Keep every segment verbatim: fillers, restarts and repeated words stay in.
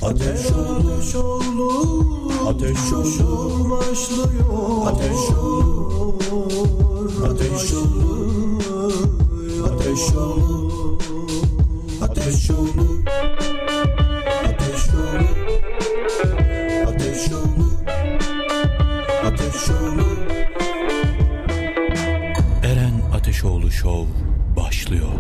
Ateşoğlu, Ateşoğlu başlıyor. Ateşoğlu, Ateşoğlu, Ateşoğlu, Ateşoğlu, Ateşoğlu, Ateşoğlu, Ateşoğlu. Eren Ateşoğlu Show başlıyor.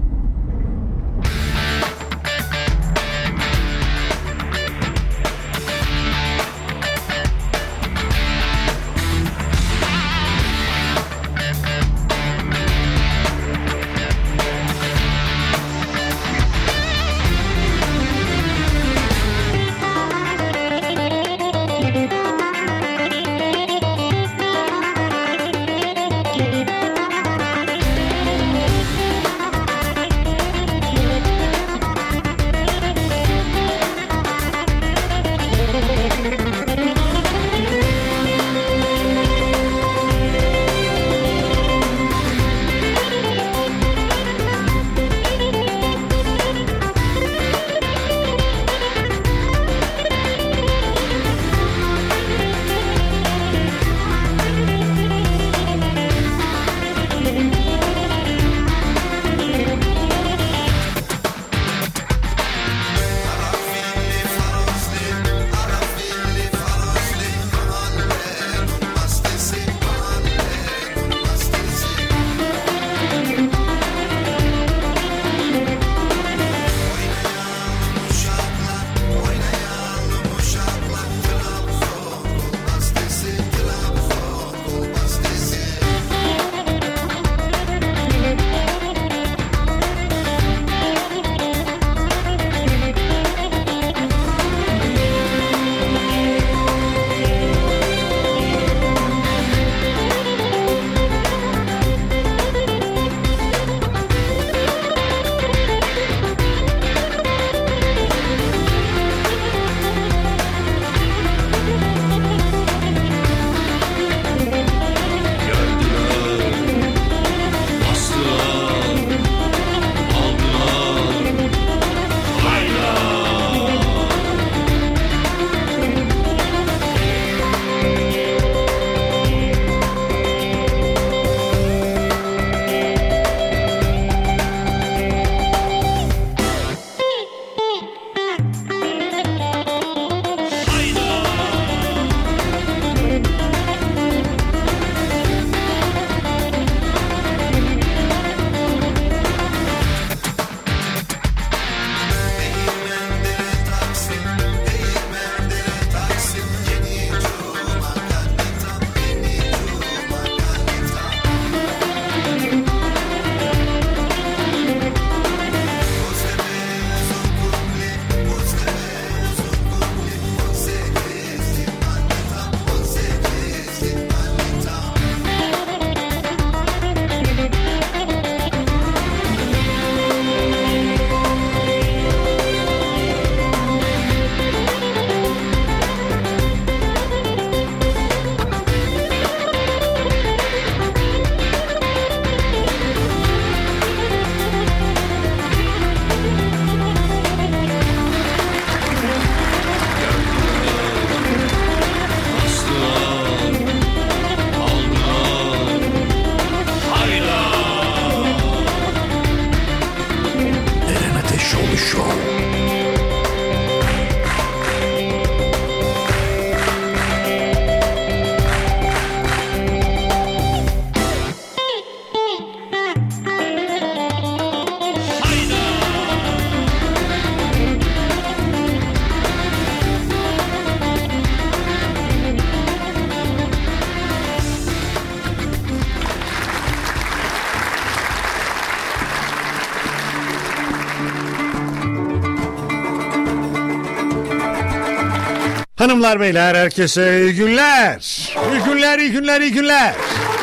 Hanımlar beyler herkese iyi günler. İyi günler, iyi günler, iyi günler.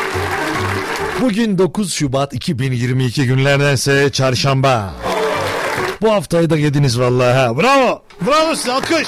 Bugün dokuz Şubat iki bin yirmi iki günlerdense çarşamba. Bu haftayı da yediniz vallahi ha. Bravo. Bravo size, alkış.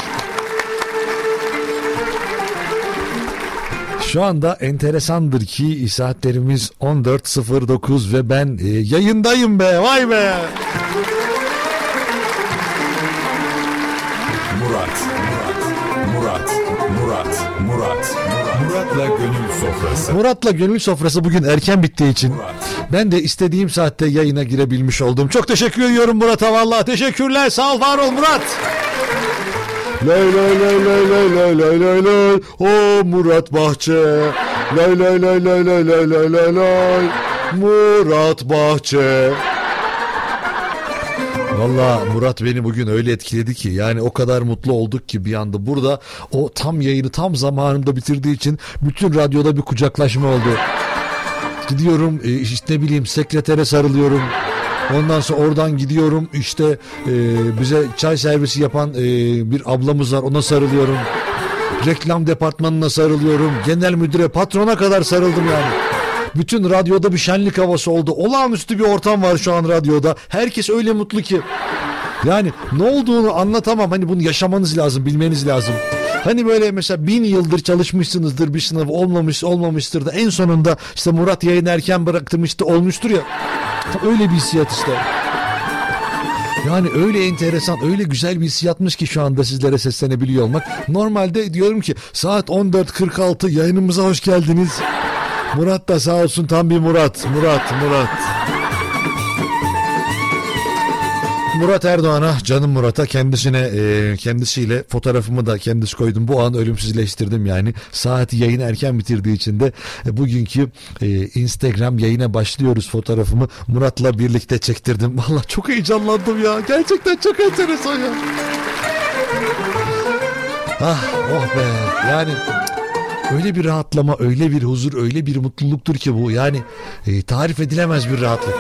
Şu anda enteresandır ki saatlerimiz on dört sıfır dokuz ve ben e, yayındayım be. Vay be. Murat Murat, Murat, Murat, Murat'la Gönül Sofrası. Murat'la Gönül Sofrası bugün erken bittiği için ben de istediğim saatte yayına girebilmiş oldum. Çok teşekkür ediyorum Murat'a, vallahi teşekkürler. Sağ ol, var ol Murat. Lay lay lay lay lay lay lay lay lay. O Murat Bahçe. Lay lay lay lay lay lay lay lay lay. Murat Bahçe. Valla Murat beni bugün öyle etkiledi ki, yani o kadar mutlu olduk ki bir anda burada o tam yayını tam zamanında bitirdiği için bütün radyoda bir kucaklaşma oldu. Gidiyorum işte ne bileyim sekretere sarılıyorum. Ondan sonra oradan gidiyorum işte e, bize çay servisi yapan e, bir ablamız var, ona sarılıyorum. Reklam departmanına sarılıyorum. Genel müdüre, patrona kadar sarıldım yani. Bütün radyoda bir şenlik havası oldu. Olağanüstü bir ortam var şu an radyoda. Herkes öyle mutlu ki. Yani ne olduğunu anlatamam. Hani bunu yaşamanız lazım, bilmeniz lazım. Hani böyle mesela bin yıldır çalışmışsınızdır, bir sınav olmamış olmamıştır da en sonunda işte Murat yayın erken bıraktım işte olmuştur ya. Öyle bir hissiyat işte. Yani öyle enteresan, öyle güzel bir hissiyatmış ki şu anda sizlere seslenebiliyor olmak. Normalde diyorum ki saat on dört kırk altı yayınımıza hoş geldiniz. Murat da sağ olsun, tam bir Murat. Murat, Murat. Murat Erdoğan'a, canım Murat'a, kendisine e, kendisiyle fotoğrafımı da kendisi koydum. Bu an ölümsüzleştirdim yani. Saati yayın erken bitirdiği için de e, bugünkü e, Instagram yayına başlıyoruz fotoğrafımı Murat'la birlikte çektirdim. Vallahi çok heyecanlandım ya. Gerçekten çok enteresan ya. Ah, oh be. Yani öyle bir rahatlama, öyle bir huzur, öyle bir mutluluktur ki bu. Yani e, tarif edilemez bir rahatlık.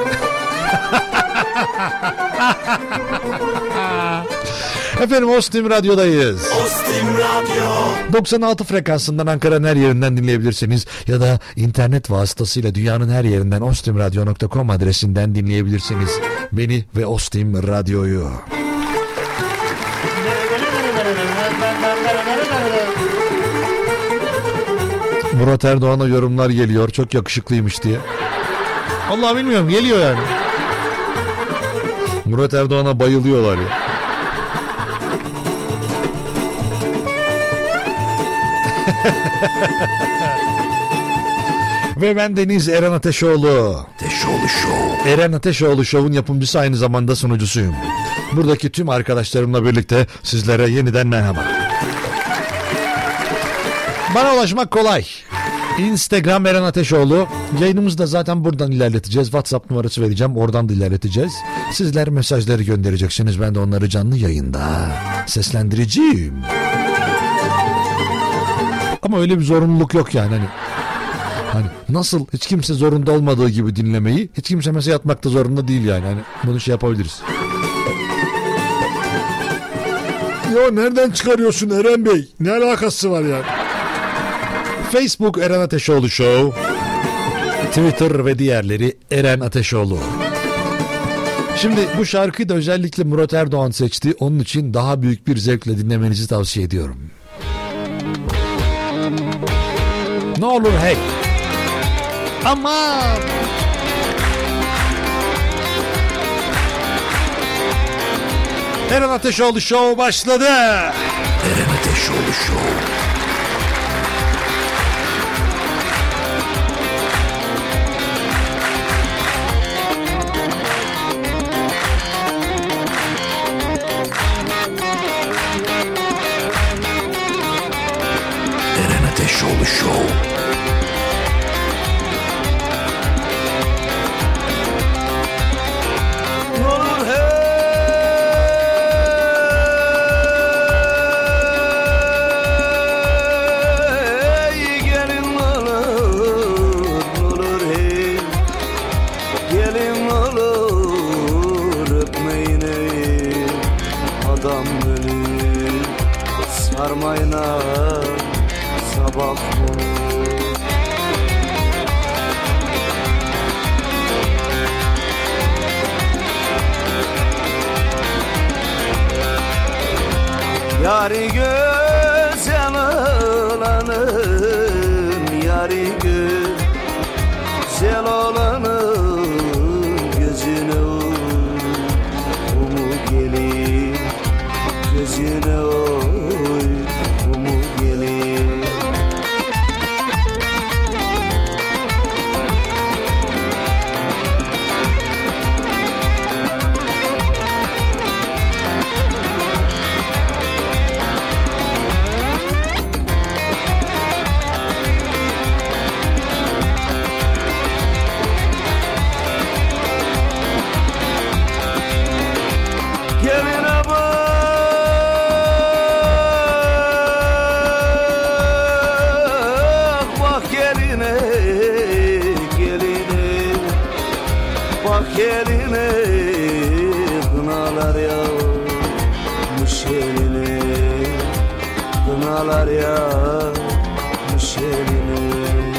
Efendim Ostim Radyo'dayız. Ostim Radyo. doksan altı frekansından Ankara'nın her yerinden dinleyebilirsiniz. Ya da internet vasıtasıyla dünyanın her yerinden ostimradyo nokta com adresinden dinleyebilirsiniz. Beni ve Ostim Radyo'yu. Murat Erdoğan'a yorumlar geliyor. Çok yakışıklıymış diye. Allah bilmiyorum, geliyor yani. Murat Erdoğan'a bayılıyorlar ya. Ve ben Deniz Eren Ateşoğlu. Ateşoğlu Show. Eren Ateşoğlu Show'un yapımcısı, aynı zamanda sunucusuyum. Buradaki tüm arkadaşlarımla birlikte sizlere yeniden merhaba. Bana ulaşmak kolay. Instagram Eren Ateşoğlu. Yayınımızı da zaten buradan ilerleteceğiz. WhatsApp numarası vereceğim. Oradan da ilerleteceğiz. Sizler mesajları göndereceksiniz. Ben de onları canlı yayında seslendireceğim. Ama öyle bir zorunluluk yok yani. Hani, hani nasıl hiç kimse zorunda olmadığı gibi dinlemeyi, hiç kimse mesaj atmak da zorunda değil yani. Hani bunu şey yapabiliriz. Ya nereden çıkarıyorsun Eren Bey? Ne alakası var yani? Facebook Eren Ateşoğlu Show, Twitter ve diğerleri Eren Ateşoğlu. Şimdi bu şarkıyı da özellikle Murat Erdoğan seçti. Onun için daha büyük bir zevkle dinlemenizi tavsiye ediyorum. Ne olur hey. Aman. Eren Ateşoğlu Show başladı. Eren Ateşoğlu Show. Ateşoğlu Show. Olur hey, gelin olur, olur hey, gelin olur, öpmeyin ey, adam ölür, sarmayın ağır. Sabah yari güzel olanın, yari güzel olanın gözüne umu gelir, gözüne umu eline kınalar yağmış eline, kınalar yağmış eline.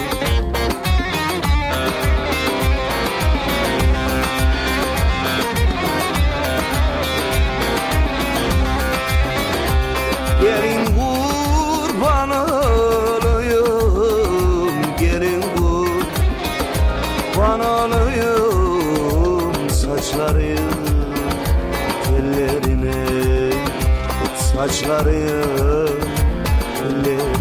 Gelin kurban olayım, gelin kurban olayım, saçları tellerine, saçları tellerine.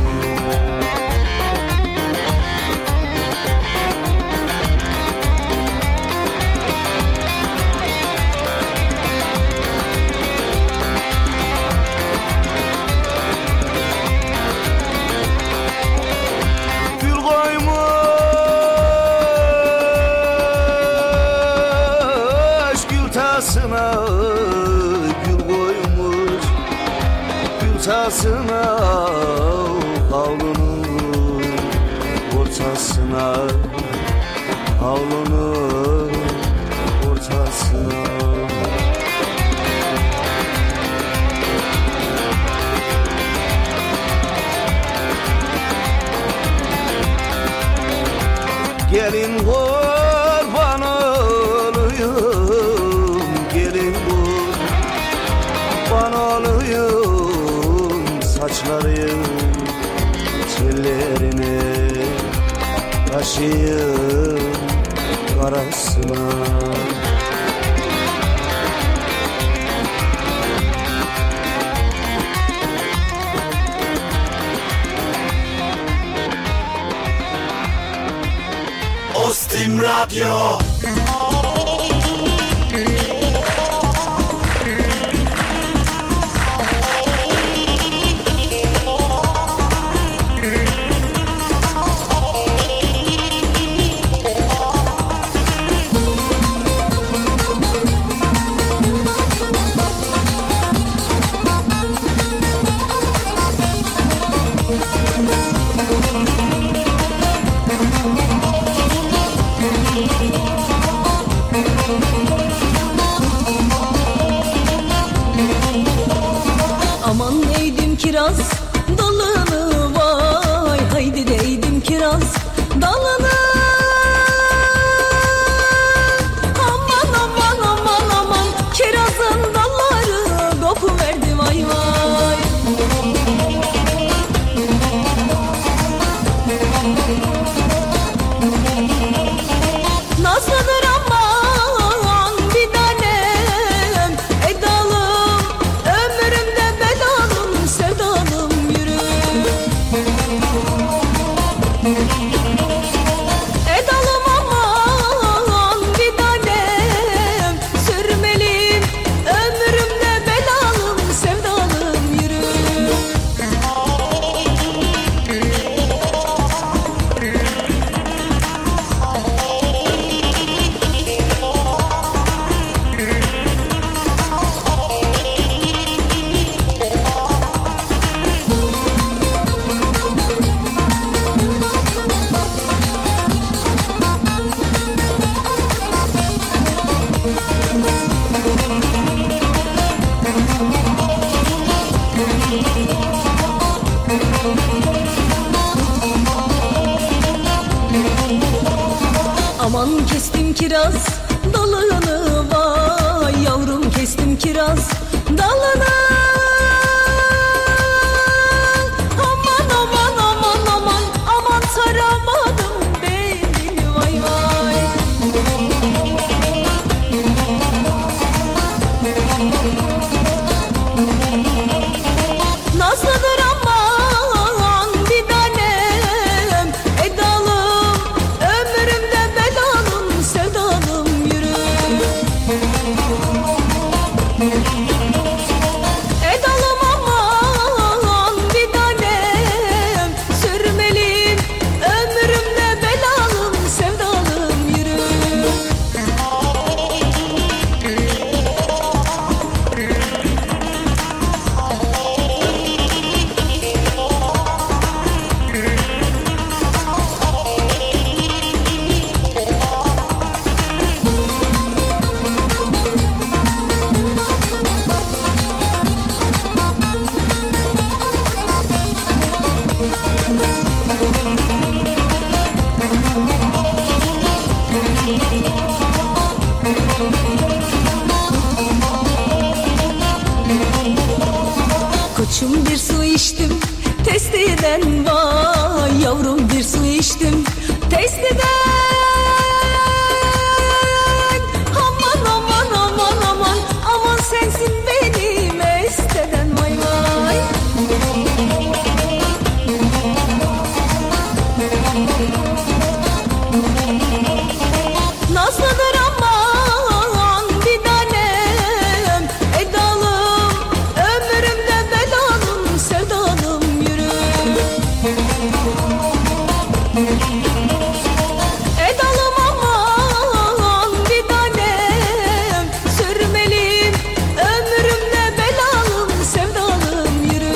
Gül koymuş gültasına, havlunun ortasına, havlunun ortasına. Gelin kurban olayım, gelin kurban olayım, saçları tellerini taşıyım karasına. Ostim Radyo. Aman neydim kiraz dalını, vay haydi neydim kiraz dalını. Aman aman aman aman, kirazın dalları kopuverdi vay vay. Nazlıdır aman bir tanem, edalım ömrümde bedalım, sevdalım yürü. Edalım aman bir tanem, sürmeliyim ömrümde bedalım, sevdalım yürü. Aman kestim kiraz dalını, vay yavrum kestim kiraz dalını. Aman aman aman aman aman, saramadım belini vay vay. Nazlıdır aman bir tanem, edalım ömrümde bedalım, sevdalım yürü. Koçum bir su içtim testiden, vay yavrum bir su içtim testiden. Aman aman aman aman aman sensin beni mest eden, vay vay. Nazlıdır aman bir tanem, edalım ömrümde belalım, sevdalım yürü. Edalım aman bir tanem, sürmeliyim ömrümde belalım, sevdalım yürü.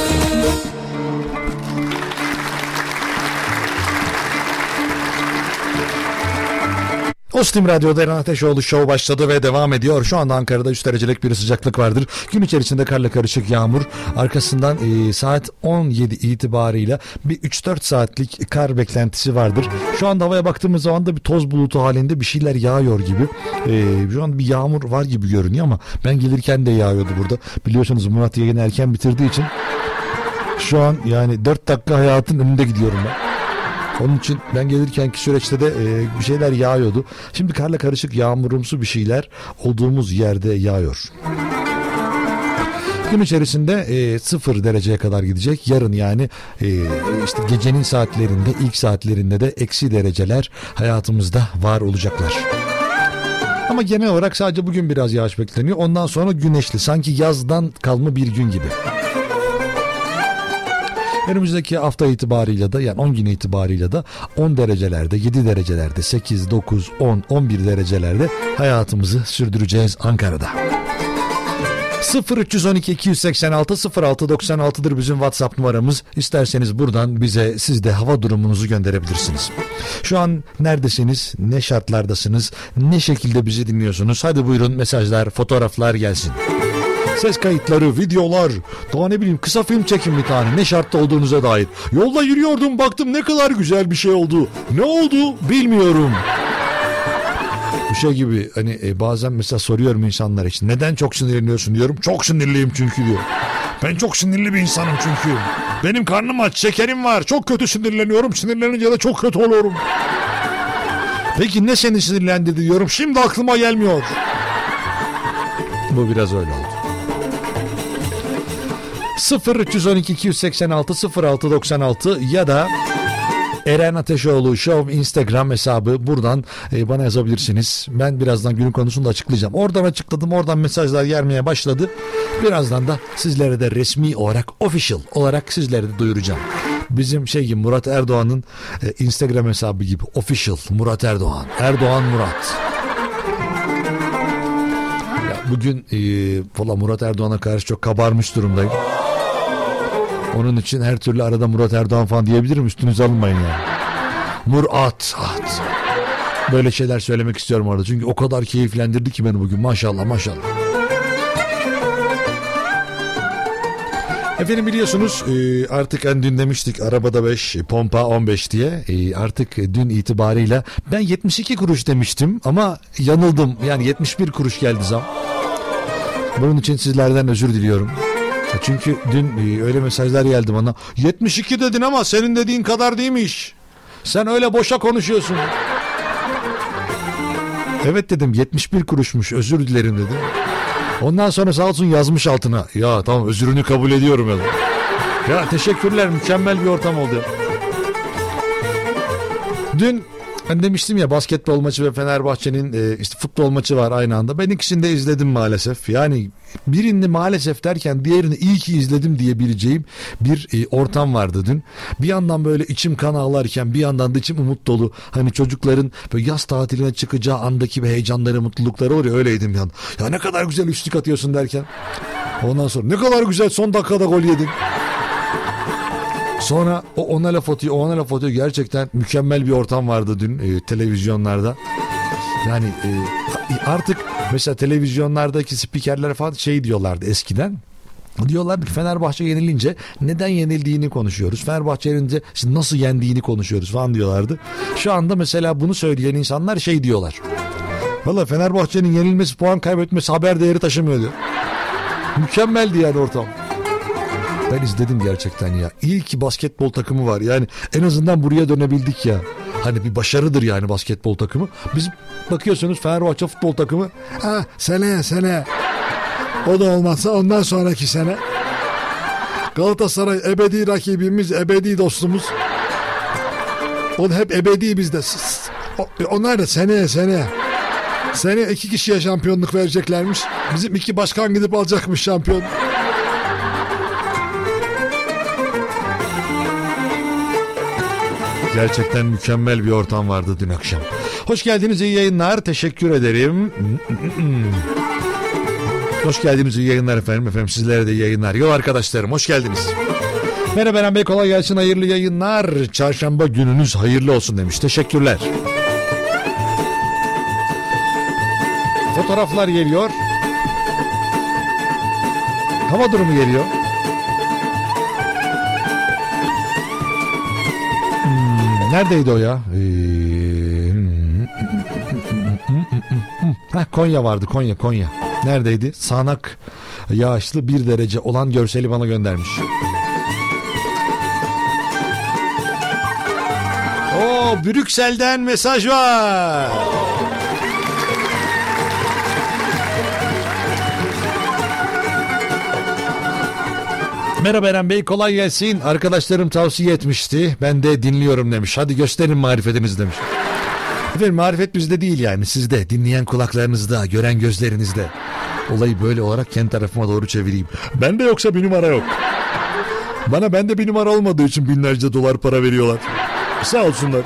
Ostim Radyo'da Eren Ateşoğlu Show başladı ve devam ediyor. Şu anda Ankara'da üç derecelik bir sıcaklık vardır. Gün içerisinde karla karışık yağmur. Arkasından e, saat on yedi itibarıyla bir üç dört saatlik kar beklentisi vardır. Şu anda havaya baktığımız zaman da bir toz bulutu halinde bir şeyler yağıyor gibi. E, şu an bir yağmur var gibi görünüyor ama ben gelirken de yağıyordu burada. Biliyorsunuz Murat yayını erken bitirdiği için şu an yani dört dakika hayatın önünde gidiyorum ben. Onun için ben gelirkenki süreçte de e, bir şeyler yağıyordu. Şimdi karla karışık yağmurumsu bir şeyler olduğumuz yerde yağıyor. Gün içerisinde e, sıfır dereceye kadar gidecek. Yarın yani e, işte gecenin saatlerinde, ilk saatlerinde de eksi dereceler hayatımızda var olacaklar. Ama genel olarak sadece bugün biraz yağış bekleniyor. Ondan sonra güneşli, sanki yazdan kalma bir gün gibi. Önümüzdeki hafta itibarıyla da, yani on gün itibarıyla da on derecelerde, yedi derecelerde, sekiz, dokuz, on, on bir derecelerde hayatımızı sürdüreceğiz Ankara'da. sıfır üç on iki iki yüz seksen altı sıfır altı doksan altı'dır bizim WhatsApp numaramız. İsterseniz buradan bize siz de hava durumunuzu gönderebilirsiniz. Şu an neredesiniz, ne şartlardasınız, ne şekilde bizi dinliyorsunuz? Hadi buyurun, mesajlar, fotoğraflar gelsin. Ses kayıtları, videolar, daha ne bileyim kısa film çekin bir tane, ne şartta olduğunuza dair. Yolda yürüyordum, baktım ne kadar güzel bir şey oldu. Ne oldu bilmiyorum. Bu şey gibi hani e, bazen mesela soruyorum insanlara, işte neden çok sinirleniyorsun diyorum. Çok sinirliyim çünkü diyor. Ben çok sinirli bir insanım çünkü. Benim karnım aç, şekerim var, çok kötü sinirleniyorum. Sinirlenince de çok kötü oluyorum. Peki ne seni sinirlendirdi diyorum. Şimdi aklıma gelmiyor. Bu biraz öyle oldu. sıfır üç on iki iki yüz seksen altı sıfır altı doksan altı ya da Eren Ateşoğlu Show Instagram hesabı, buradan e, bana yazabilirsiniz. Ben birazdan günün konusunu da açıklayacağım. Oradan açıkladım, oradan mesajlar gelmeye başladı. Birazdan da sizlere de resmi olarak, official olarak sizlere de duyuracağım. Bizim şey gibi, Murat Erdoğan'ın e, Instagram hesabı gibi, official Murat Erdoğan, Erdoğan Murat. Ya bugün e, valla Murat Erdoğan'a karşı çok kabarmış durumdayım. Onun için her türlü arada Murat Erdoğan falan diyebilirim, üstünüze alınmayın yani. Murat, at. Böyle şeyler söylemek istiyorum orada. Çünkü o kadar keyiflendirdi ki beni bugün, maşallah maşallah. Efendim biliyorsunuz artık hani dün demiştik arabada beş, pompa on beş diye. Artık dün itibarıyla ben yetmiş iki kuruş demiştim ama yanıldım. Yani yetmiş bir kuruş geldi zam. Bunun için sizlerden özür diliyorum. Çünkü dün öyle mesajlar geldi bana. yetmiş iki dedin ama senin dediğin kadar değilmiş. Sen öyle boşa konuşuyorsun. Evet dedim, yetmiş bir kuruşmuş, özür dilerim dedim. Ondan sonra sağ olsun yazmış altına. Ya tamam, özrünü kabul ediyorum ya. Ya teşekkürler, mükemmel bir ortam oldu. Dün ben demiştim ya, basketbol maçı ve Fenerbahçe'nin e, işte futbol maçı var aynı anda. Ben ikisini de izledim maalesef. Yani birini maalesef derken diğerini iyi ki izledim diyebileceğim bir e, ortam vardı dün. Bir yandan böyle içim kan ağlarken bir yandan da içim umut dolu. Hani çocukların böyle yaz tatiline çıkacağı andaki bir heyecanları, mutlulukları oluyor, öyleydim yani. Ya ne kadar güzel üçlük atıyorsun derken. Ondan sonra ne kadar güzel son dakikada gol yedin. Sonra o ona laf atıyor, o ona laf atıyor. Gerçekten mükemmel bir ortam vardı dün e, televizyonlarda. Yani e, artık mesela televizyonlardaki spikerler falan şey diyorlardı eskiden. Diyorlardı ki Fenerbahçe yenilince neden yenildiğini konuşuyoruz. Fenerbahçe yenilince nasıl yendiğini konuşuyoruz falan diyorlardı. Şu anda mesela bunu söyleyen insanlar şey diyorlar. Valla Fenerbahçe'nin yenilmesi, puan kaybetmesi haber değeri taşımıyor diyor. Mükemmeldi yani ortam. Ben izledim gerçekten ya. İyi ki basketbol takımı var. Yani en azından buraya dönebildik ya. Hani bir başarıdır yani basketbol takımı. Biz bakıyorsunuz Fenerbahçe futbol takımı. Ha seneye seneye. O da olmazsa ondan sonraki sene. Galatasaray ebedi rakibimiz, ebedi dostumuz. O da hep ebedi bizde. Onlar da seneye seneye. Seneye iki kişiye şampiyonluk vereceklermiş. Bizim iki başkan gidip alacakmış şampiyon. Gerçekten mükemmel bir ortam vardı dün akşam. Hoş geldiniz, iyi yayınlar. Teşekkür ederim. Hoş geldiniz, iyi yayınlar efendim. Efendim sizlere de iyi yayınlar. Yo arkadaşlarım, hoş geldiniz. Merhaba Eren Bey, kolay gelsin, hayırlı yayınlar. Çarşamba gününüz hayırlı olsun demiş. Teşekkürler. Fotoğraflar geliyor. Hava durumu geliyor. Hmm, neredeydi o ya? Ee, Heh, Konya vardı, Konya, Konya. Neredeydi? Sağanak yağışlı bir derece olan görseli bana göndermiş. Oo, Brüksel'den mesaj var. Merhaba Eren Bey, kolay gelsin. Arkadaşlarım tavsiye etmişti. Ben de dinliyorum demiş. Hadi gösterin marifetinizi demiş. Efendim marifet bizde değil yani, sizde. Dinleyen kulaklarınızda, gören gözlerinizde. Olayı böyle olarak kendi tarafıma doğru çevireyim. Bende yoksa bir numara yok. Bana bende bir numara olmadığı için binlerce dolar para veriyorlar. Sağ olsunlar.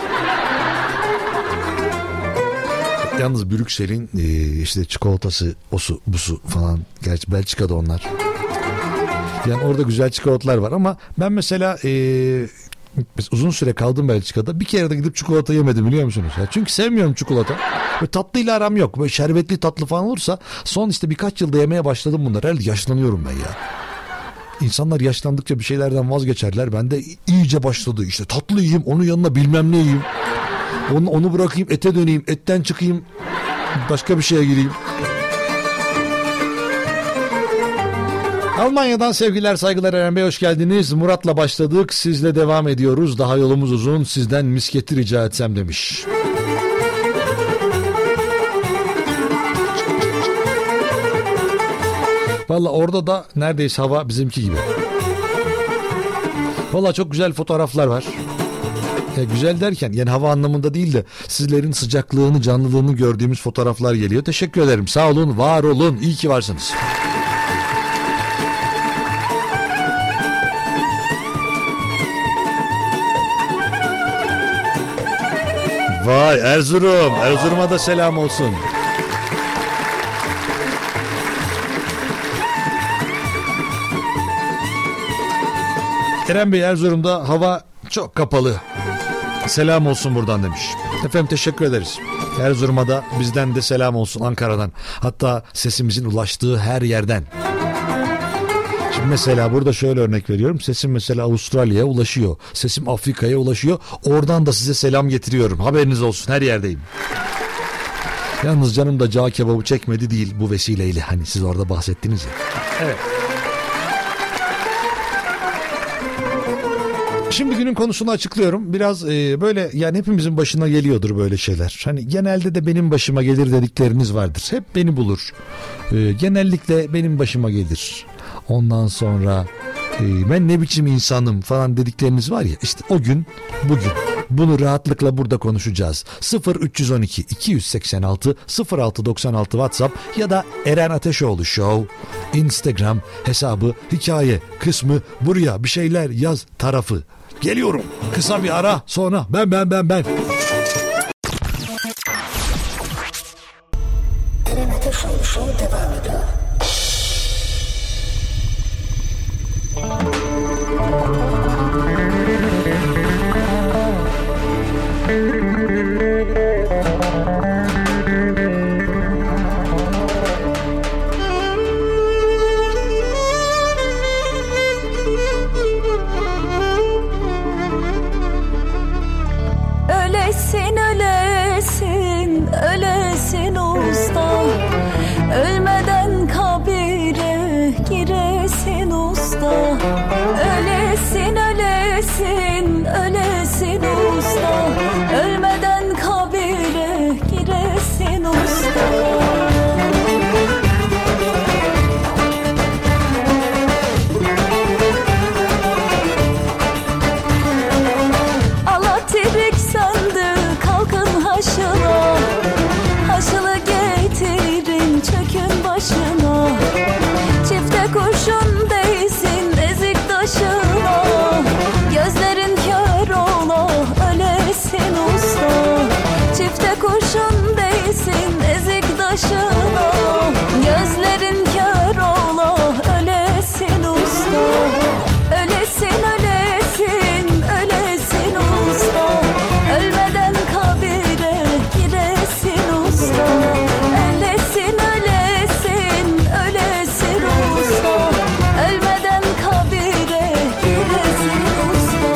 Yalnız Brüksel'in e, işte çikolatası, osu, busu falan. Gerçi Belçika'da onlar. Yani orada güzel çikolatalar var ama ben mesela e, uzun süre kaldım Belçika'da. Bir kere de gidip çikolata yemedim, biliyor musunuz? Ya çünkü sevmiyorum çikolata. Ve tatlıyla aram yok. Böyle şerbetli tatlı falan olursa son işte birkaç yılda yemeye başladım bunları. Herhalde yaşlanıyorum ben ya. İnsanlar yaşlandıkça bir şeylerden vazgeçerler. Ben de iyice başladı. İşte tatlı yiyeyim, onun yanına bilmem ne yiyeyim. Onu, onu bırakayım, ete döneyim, etten çıkayım, başka bir şeye gireyim. Almanya'dan sevgiler, saygılar Eren Bey, hoş geldiniz. Murat'la başladık, sizle devam ediyoruz. Daha yolumuz uzun, sizden misketi rica etsem demiş. Valla orada da neredeyse hava bizimki gibi. Valla çok güzel fotoğraflar var. Ya güzel derken yani hava anlamında değil de sizlerin sıcaklığını, canlılığını gördüğümüz fotoğraflar geliyor. Teşekkür ederim, sağ olun, var olun, iyi ki varsınız. Vay Erzurum. Erzurum'a da selam olsun. Eren Bey, Erzurum'da hava çok kapalı. Selam olsun buradan demiş. Efendim teşekkür ederiz. Erzurum'a da bizden de selam olsun, Ankara'dan. Hatta sesimizin ulaştığı her yerden. Şimdi mesela burada şöyle örnek veriyorum. Sesim mesela Avustralya'ya ulaşıyor. Sesim Afrika'ya ulaşıyor. Oradan da size selam getiriyorum. Haberiniz olsun, her yerdeyim. Yalnız canım da cağ kebabı çekmedi değil bu vesileyle. Hani siz orada bahsettiniz ya. Evet. Şimdi günün konusunu açıklıyorum. Biraz e, böyle yani hepimizin başına geliyordur böyle şeyler. Hani genelde de benim başıma gelir dedikleriniz vardır. Hep beni bulur. E, genellikle benim başıma gelir. Ondan sonra e, ben ne biçim insanım falan dedikleriniz var ya, işte o gün bugün bunu rahatlıkla burada konuşacağız. sıfır üç on iki iki seksen altı sıfır altı doksan altı WhatsApp ya da Eren Ateşoğlu Show Instagram hesabı, hikaye kısmı, buraya bir şeyler yaz tarafı. Geliyorum, kısa bir ara, sonra ben ben ben ben. Eren Ateşoğlu Show devam ediyor. Ölesin ölesin ölesin usta, ölmeden Ölesin ölesin ölesin usta, ölmeden kabire giresin usta. Alatirik söndü kalkın haşına, haşılı getirin çökün başına. Çifte kurşun değsin ezik taşına, gözlerin kör ola ölesin usta. Çifte kurşun değsin ezik taşına, gözlerin kör ola ölesin usta. Ölesin ölesin ölesin usta, ölmeden kabire giresin usta. Ölesin ölesin ölesin usta, ölmeden kabire giresin usta.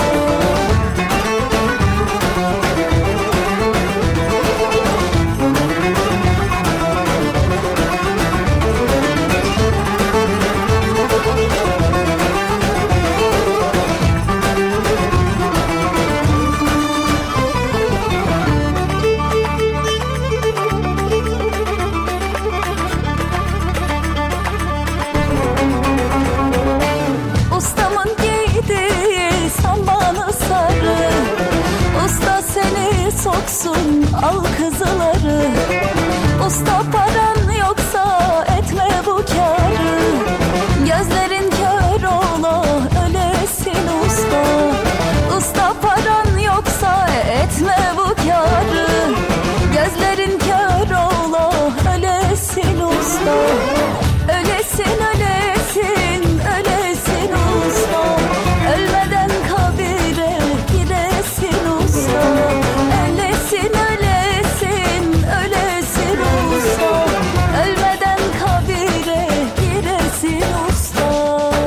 Ustamın giydiği sambanı sarı, usta seni soksun al kızıları. Usta paran yoksa etme bu kârı, gözlerin kör ola ölesin usta. Usta paran yoksa etme bu kârı, gözlerin kör ola ölesin usta. Ölesin ölesin ölesin usta, ölmeden kabire giresin usta. Ölesin ölesin ölesin usta, ölmeden kabire giresin usta.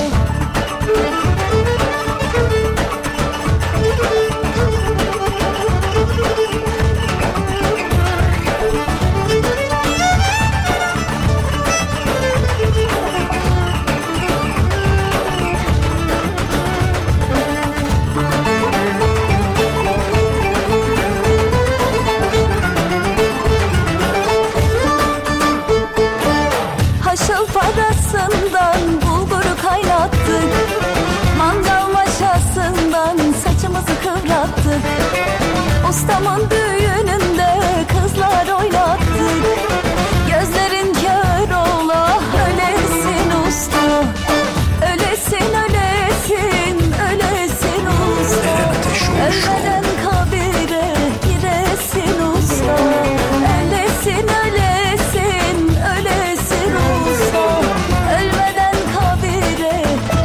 Haşıl parasından bulguru kaynattık, mangal maşasından saçımızı kıvrattık. Ustamın düğününde kızlar oynattık, gözlerin kör ola ölesin usta. Ölesin ölesin ölesin usta, ölmeden kabire giresin usta. Ölesin ölesin ölesin usta, ölmeden kabire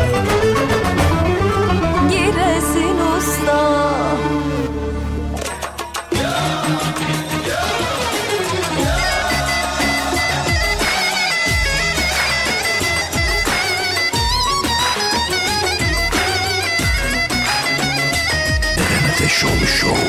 giresin usta. Ateşoğlu Show.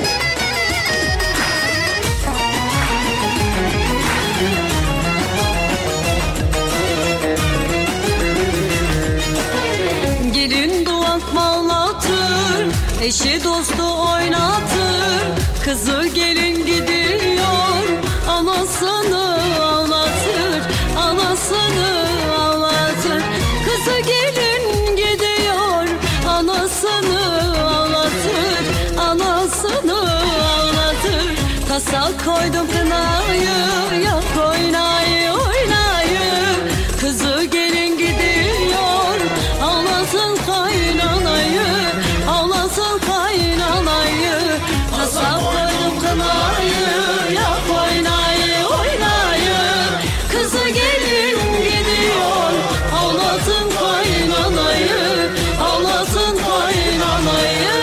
Gelin duvak mallatır, eşi dostu oynatır. Kızı gelin gidiyor, anasını ağlatır, anasını ağlatır. Kızı gelin gidiyor, anasını ağlatır, anasını ağlatır. Tasa koydum kınayı, yap oynayı oynayı. Kızı gelin gidiyor, ağlasın kaynanayı, ağlasın kaynanayı. Tasa koydum kınayı, yap oynayı oynayı. Kızı gelin gidiyor, ağlasın kaynanayı, ağlasın kaynanayı.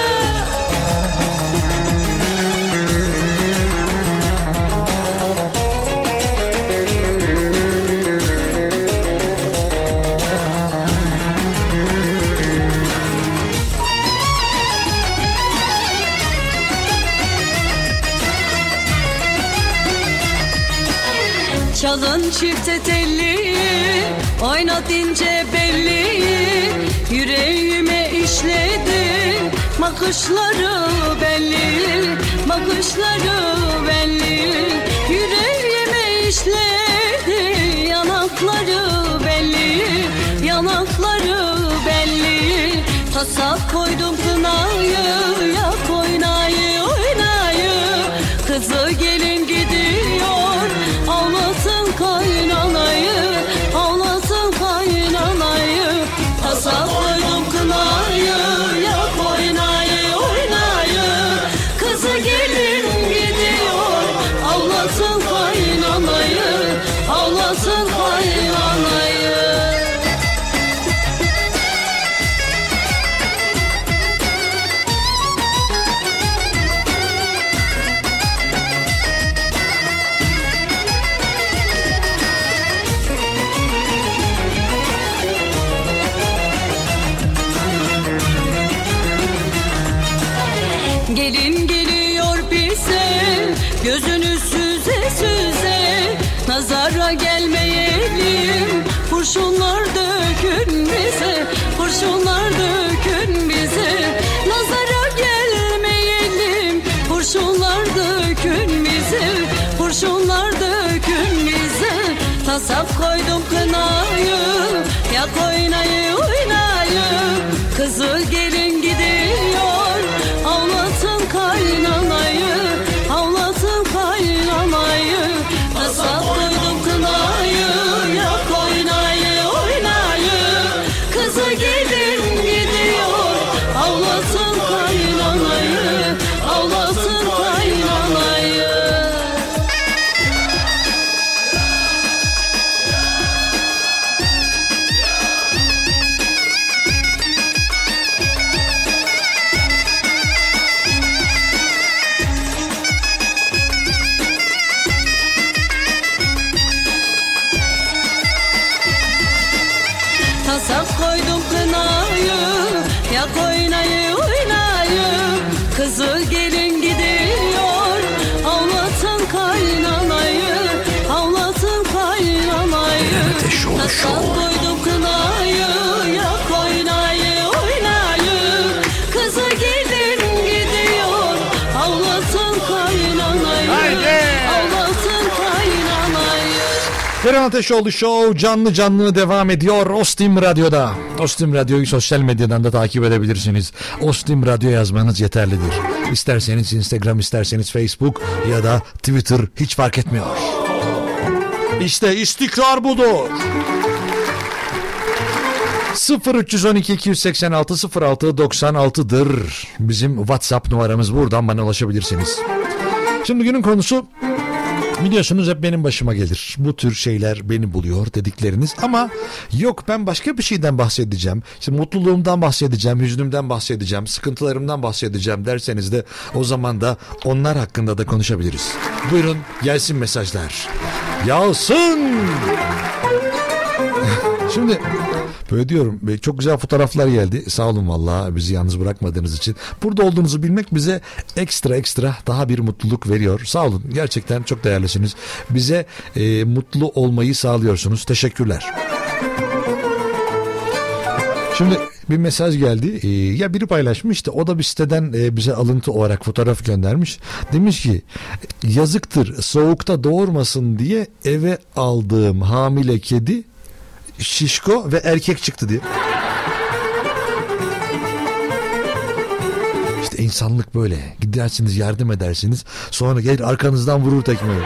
Çalın çifte telli, Oynat ince belli, yüreğime işledi. Bakışları belli, bakışları belli. Yüreğime işledi, yanakları belli, yanakları belli. Tasa koydum kınayı, yak oynayı oynayı. Kızı gelin gidiyor, ağlasın kaynanayı, ağlasın kaynanayı. Tasa koydum kınayı, yak oynayı oynayı. Kızı gelin gidiyor, ağlasın kaynanayı, ağlasın kaynanayı. Gelin geliyor bize, gözünü süze süze. Nazara gelmeyelim, kurşunlar dökün bize, kurşunlar dökün bize. Nazara gelmeyelim, kurşunlar dökün bize, kurşunlar dökün bize. Tasap koydum kınayı, yak oynayı oynayı. Kızı gelin gidiyor, ağlasın kaynanayı, ağlasın kaynanayı. Tasap koydum kınayı, yak oynayı oynayı. Kızı gelin gidiyor, ağlasın kaynanayı, ağlasın kaynanayı. Tasap koydum kınayı, yak oynayı oynayı. Kızı gelin gidiyor, ağlasın kaynanayı, ağlasın kaynanayı. Tasap koydum kınayı, yak oynayı oynayı. Kızı gelin gidiyor, ağlasın kaynanayı, ağlasın kaynanayı. Ferhan Ateşoğlu Show canlı canlı devam ediyor Ostim Radyo'da. Ostim Radyo'yu sosyal medyadan da takip edebilirsiniz. Ostim Radyo yazmanız yeterlidir. İsterseniz Instagram, isterseniz Facebook ya da Twitter, hiç fark etmiyor. İşte istikrar budur. sıfır üç on iki iki yüz seksen altı sıfır altı doksan altı'dır bizim WhatsApp numaramız, buradan bana ulaşabilirsiniz. Şimdi günün konusu, biliyorsunuz hep benim başıma gelir. Bu tür şeyler beni buluyor dedikleriniz, ama yok ben başka bir şeyden bahsedeceğim. İşte mutluluğumdan bahsedeceğim, hüznümden bahsedeceğim, sıkıntılarımdan bahsedeceğim derseniz de o zaman da onlar hakkında da konuşabiliriz. Buyurun gelsin mesajlar. Yağsın. Şimdi böyle diyorum, çok güzel fotoğraflar geldi. Sağ olun vallahi, bizi yalnız bırakmadığınız için. Burada olduğunuzu bilmek bize ekstra ekstra daha bir mutluluk veriyor. Sağ olun, gerçekten çok değerlisiniz. Bize e, mutlu olmayı sağlıyorsunuz. Teşekkürler. Şimdi bir mesaj geldi. Ee, ya biri paylaşmıştı. O da bir siteden e, bize alıntı olarak fotoğraf göndermiş. Demiş ki yazıktır soğukta doğurmasın diye eve aldığım hamile kedi şişko ve erkek çıktı diye. İşte insanlık böyle. Gidersiniz, yardım edersiniz. Sonra gelir arkanızdan vurur tekmeyi.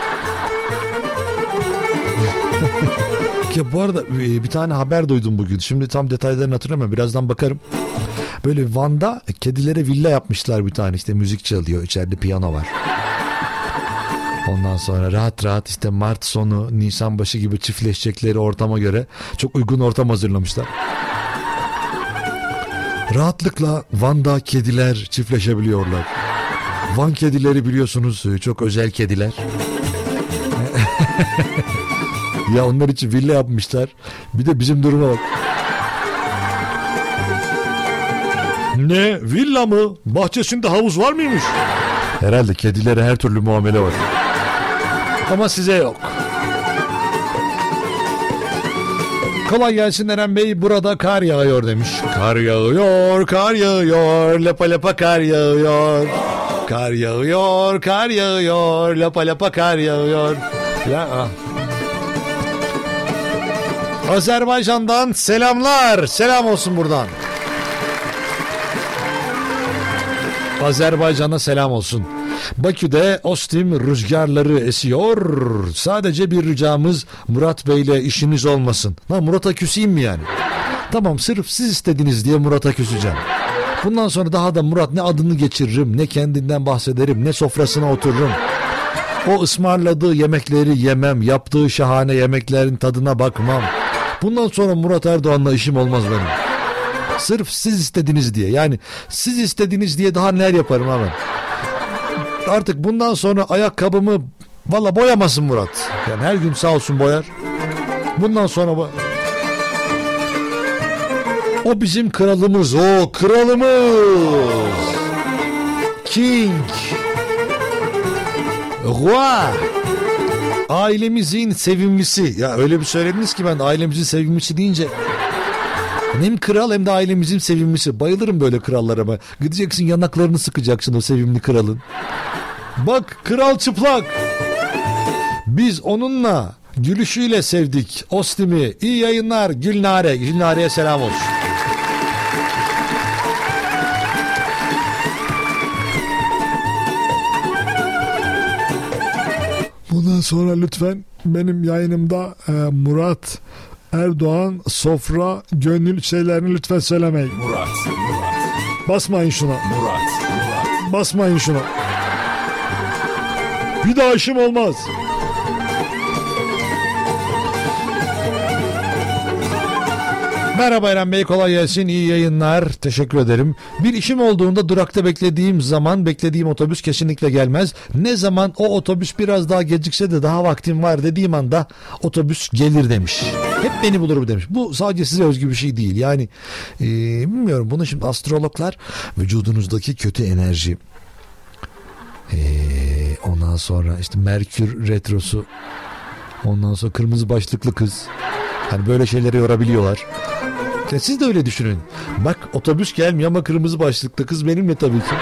Ya bu arada bir tane haber duydum bugün. Şimdi tam detaylarını hatırlamıyorum. Birazdan bakarım. Böyle Van'da kedilere villa yapmışlar bir tane. İşte müzik çalıyor. İçeride piyano var. Ondan sonra rahat rahat işte Mart sonu, Nisan başı gibi çiftleşecekleri ortama göre çok uygun ortam hazırlamışlar. Rahatlıkla Van'da kediler çiftleşebiliyorlar. Van kedileri biliyorsunuz çok özel kediler. Ya onlar için villa yapmışlar. Bir de bizim duruma bak. Ne? Villa mı? Bahçesinde havuz var mıymış? Herhalde kedilere her türlü muamele var. Ama size yok. kolay gelsin Eren Bey, burada kar yağıyor demiş. Kar yağıyor, kar yağıyor, lapa lapa kar yağıyor. Kar yağıyor, kar yağıyor, lapa lapa kar yağıyor. Ya ah. Azerbaycan'dan selamlar. Selam olsun buradan. Azerbaycan'a selam olsun. Bakü'de Ostim rüzgarları esiyor. Sadece bir ricamız, Murat Bey'le işiniz olmasın. Lan Murat'a küseyim mi yani? Tamam, sırf siz istediniz diye Murat'a küseceğim. Bundan sonra daha da Murat ne adını geçiririm, ne kendinden bahsederim, ne sofrasına otururum. O ısmarladığı yemekleri yemem, yaptığı şahane yemeklerin tadına bakmam. Bundan sonra Murat Erdoğan'la işim olmaz benim. Sırf siz istediniz diye. Yani siz istediniz diye daha neler yaparım abi. Artık bundan sonra ayakkabımı valla boyamasın Murat. Yani her gün sağ olsun boyar. Bundan sonra bo- o bizim kralımız, o kralımız. King. Roi. Ailemizin sevimlisi. Ya öyle bir söylediniz ki ben ailemizin sevimlisi deyince hem kral hem de ailemizin sevimlisi. Bayılırım böyle krallara ben. Gideceksin yanaklarını sıkacaksın o sevimli kralın. Bak kral çıplak. Biz onunla gülüşüyle sevdik Ostim'i. İyi yayınlar Gülnare. Gülnare'ye selam olsun. Bundan sonra lütfen benim yayınımda e, Murat Erdoğan sofra gönül şeylerini lütfen söylemeyin. Murat, Murat, Basmayın şuna. Murat, Murat. Basmayın şuna. Bir daha işim olmaz. Merhaba Eren Bey, kolay gelsin, iyi yayınlar, teşekkür ederim. Bir işim olduğunda durakta beklediğim zaman beklediğim otobüs kesinlikle gelmez. Ne zaman o otobüs biraz daha gecikse de daha vaktim var dediğim anda otobüs gelir demiş. Hep beni bulur demiş. Bu sadece size özgü bir şey değil. Yani e, bilmiyorum, bunu şimdi astrologlar vücudunuzdaki kötü enerji, e, ondan sonra işte Merkür retrosu, ondan sonra kırmızı başlıklı kız, hani böyle şeyleri yorabiliyorlar. Ya siz de öyle düşünün. Bak otobüs gelmiyor ama kırmızı başlıklı kız benimle tabii ki.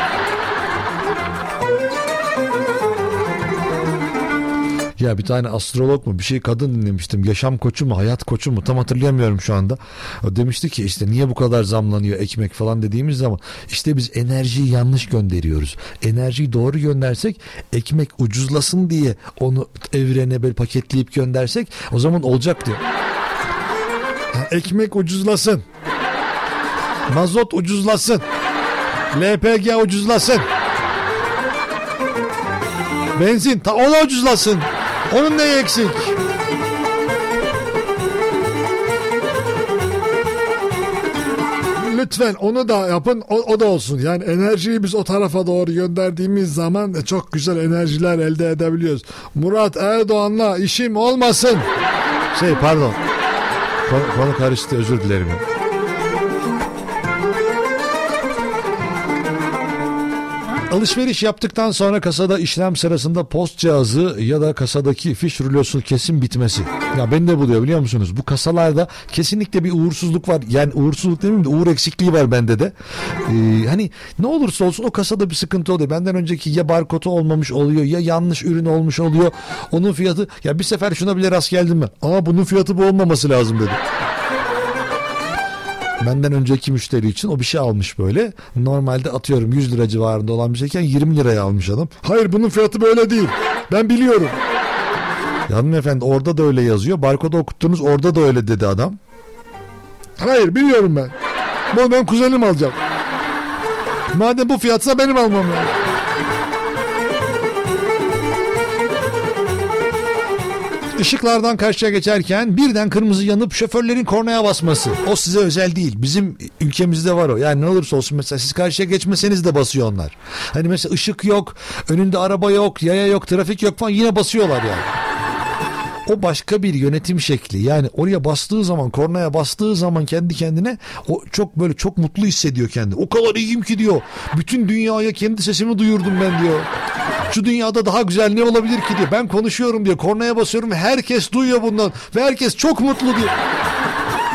Ya bir tane astrolog mu bir şey kadın dinlemiştim. Yaşam koçu mu hayat koçu mu tam hatırlayamıyorum şu anda. O demişti ki işte niye bu kadar zamlanıyor ekmek falan dediğimiz zaman işte biz enerjiyi yanlış gönderiyoruz. Enerjiyi doğru göndersek ekmek ucuzlasın diye onu evrene böyle paketleyip göndersek o zaman olacak diyor. Ekmek ucuzlasın. Mazot ucuzlasın. L P G ucuzlasın. Benzin ta o da ucuzlasın. Onun neyi eksik? Lütfen onu da yapın, o, o da olsun. Yani enerjiyi biz o tarafa doğru gönderdiğimiz zaman çok güzel enerjiler elde edebiliyoruz. Murat Erdoğan'la işim olmasın. Şey pardon. Konu, konu karıştı, özür dilerim. Alışveriş yaptıktan sonra kasada işlem sırasında post cihazı ya da kasadaki fiş rulosu kesin bitmesi. Ya beni de buluyor biliyor musunuz? Bu kasalarda kesinlikle bir uğursuzluk var. Yani uğursuzluk demeyeyim de uğur eksikliği var bende de. Ee, hani ne olursa olsun o kasada bir sıkıntı oluyor. Benden önceki ya barkodu olmamış oluyor ya yanlış ürün olmuş oluyor. Onun fiyatı, ya bir sefer şuna bile rast geldim mi? Aa bunun fiyatı bu olmaması lazım dedi. Benden önceki müşteri için o bir şey almış böyle. Normalde atıyorum yüz lira civarında olan bir şeyken yirmi liraya almış adam. Hayır bunun fiyatı böyle değil. Ben biliyorum. Ya hanımefendi orada da öyle yazıyor. Barkodu okuttunuz orada da öyle dedi adam. Hayır biliyorum ben. Bunu ben kuzenim alacağım. Madem bu fiyatsa benim almam lazım. Işıklardan karşıya geçerken birden kırmızı yanıp şoförlerin kornaya basması. O size özel değil. Bizim ülkemizde var o. Yani ne olursa olsun mesela siz karşıya geçmeseniz de basıyor onlar. Hani mesela ışık yok, önünde araba yok, yaya yok, trafik yok falan yine basıyorlar yani. O başka bir yönetim şekli. Yani oraya bastığı zaman, kornaya bastığı zaman kendi kendine o çok böyle çok mutlu hissediyor kendini. O kadar iyiyim ki diyor. Bütün dünyaya kendi sesimi duyurdum ben diyor. Şu dünyada daha güzel ne olabilir ki diyor. Ben konuşuyorum diyor. Kornaya basıyorum ve herkes duyuyor bundan. Ve herkes çok mutlu diyor.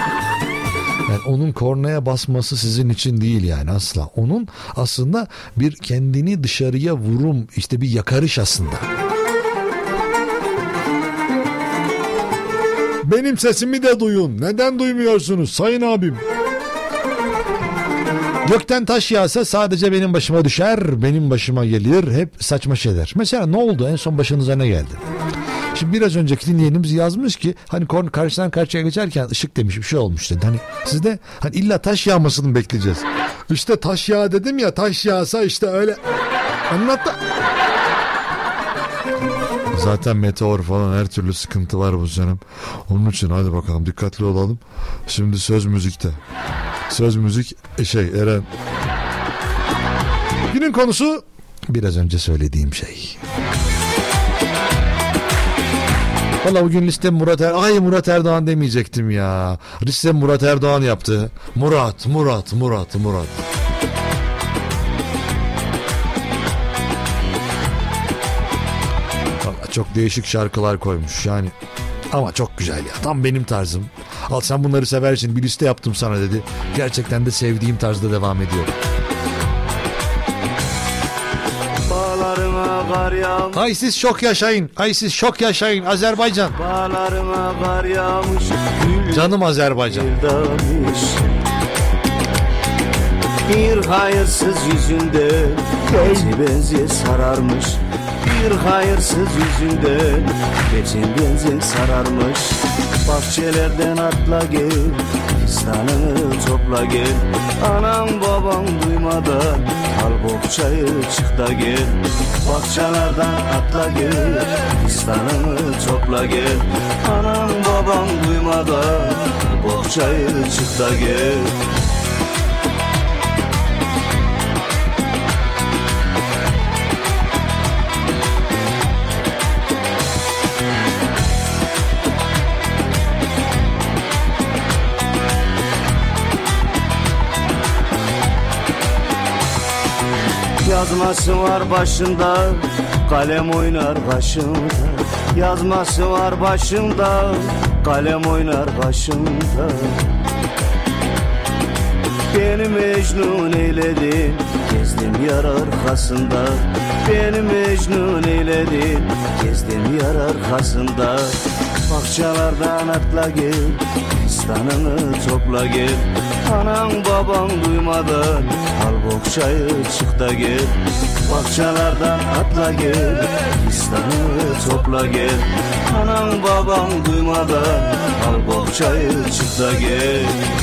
onun kornaya basması sizin için değil yani asla. Onun aslında bir kendini dışarıya vurum, işte bir yakarış aslında. Benim sesimi de duyun. Neden duymuyorsunuz sayın abim? Gökten taş yağsa sadece benim başıma düşer, benim başıma gelir, hep saçma şeyler. Mesela ne oldu? En son başınıza ne geldi? Şimdi biraz önceki dinleyenimiz yazmış ki hani karşıdan karşıya geçerken ışık demiş, bir şey olmuş dedi. Hani siz de hani illa taş yağmasını mı bekleyeceğiz? İşte taş yağ dedim ya, taş yağsa işte öyle. Anlat da. Zaten meteor falan her türlü sıkıntı var bu sene. Onun için hadi bakalım dikkatli olalım. Şimdi söz müzikte. Söz müzik şey Eren. Günün konusu biraz önce söylediğim şey. Valla bugün liste Murat Er... Ay Murat Erdoğan demeyecektim ya. Liste Murat Erdoğan yaptı. Murat, Murat, Murat, Murat. Valla çok değişik şarkılar koymuş yani. Ama çok güzel ya. Tam benim tarzım. Al sen bunları seversin. Bir liste yaptım sana dedi. Gerçekten de sevdiğim tarzda devam ediyor. Bağlarıma kar yağmış. Ay siz şok yaşayın. Ay siz şok yaşayın. Azerbaycan. Bağlarıma kar yağmış. Canım Azerbaycan. Damış. Bir hayırsız yüzünde geçi benzi sararmış. Bir hayırsız yüzünde geçi benzi sararmış. Bahçelerden atla gel, fistanını topla gel. Anam babam duymadan al bohçayı çık da gel. Bahçelerden atla gel, fistanını topla gel. Anam babam duymadan al bohçayı çık da gel. Yazması var başında, kalem oynar başında. Yazması var başında, kalem oynar başında. Beni Mecnun eyledin, gezdim yar arkasında. Beni Mecnun eyledin, gezdim yar arkasında. Bahçelerden atla gel, fistanını topla gel. Anam babam duymadan al bohçayı çık da gel. Bahçelerden atla gel, fistanını topla gel. Anam babam duymadan al bohçayı çık da gel.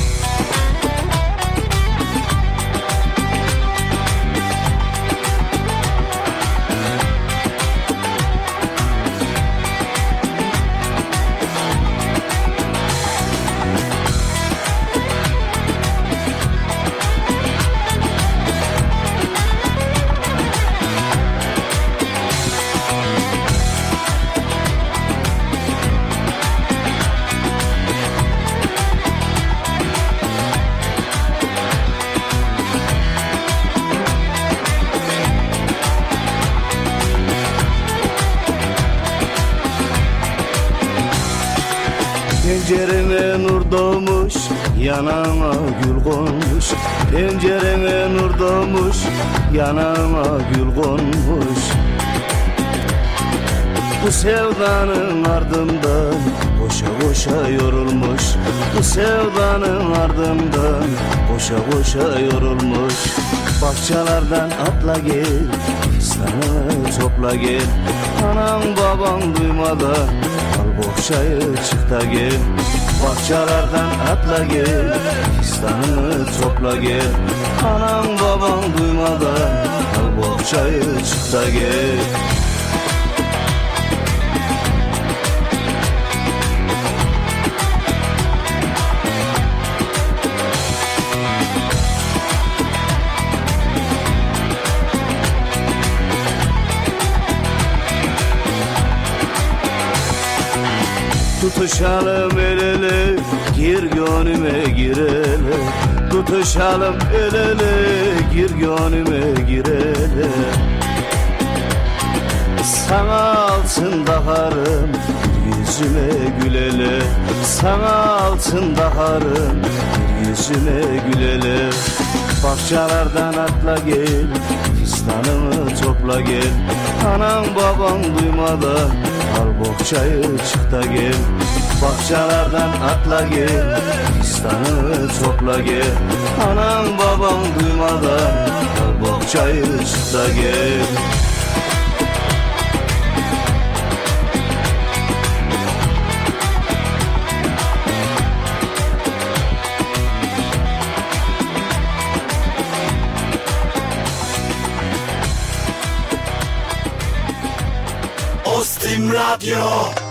Pencereme nur doğmuş, yanağıma gül konmuş. Pencereme nur doğmuş, yanağıma gül konmuş. Bu sevdanın ardından boşa boşa yorulmuş. Bu sevdanın ardından boşa boşa yorulmuş. Bahçelerden atla gel, fistanı topla gel. Anam babam duymadan al bohçayı çık da gel. Bahçelerden atla gel, fistanı topla gel. Anam babam duymadan al bohçayı çık da gel. Tutuşalım el ele, gir gönlüme gir ele. Tutuşalım el ele, gir gönlüme gir ele. Sana alsın baharım, yüzüme gül hele. Sana altın baharım bir yüzüme gül hele. Bahçelerden atla gel, fistanımı topla gel. Anam babam duymadan al bohçayı çık da gel. Bahçelerden atla gel, fistanımı topla gel. Anam babam duymadan al bohçayı çık da gel. Ostim Radyo.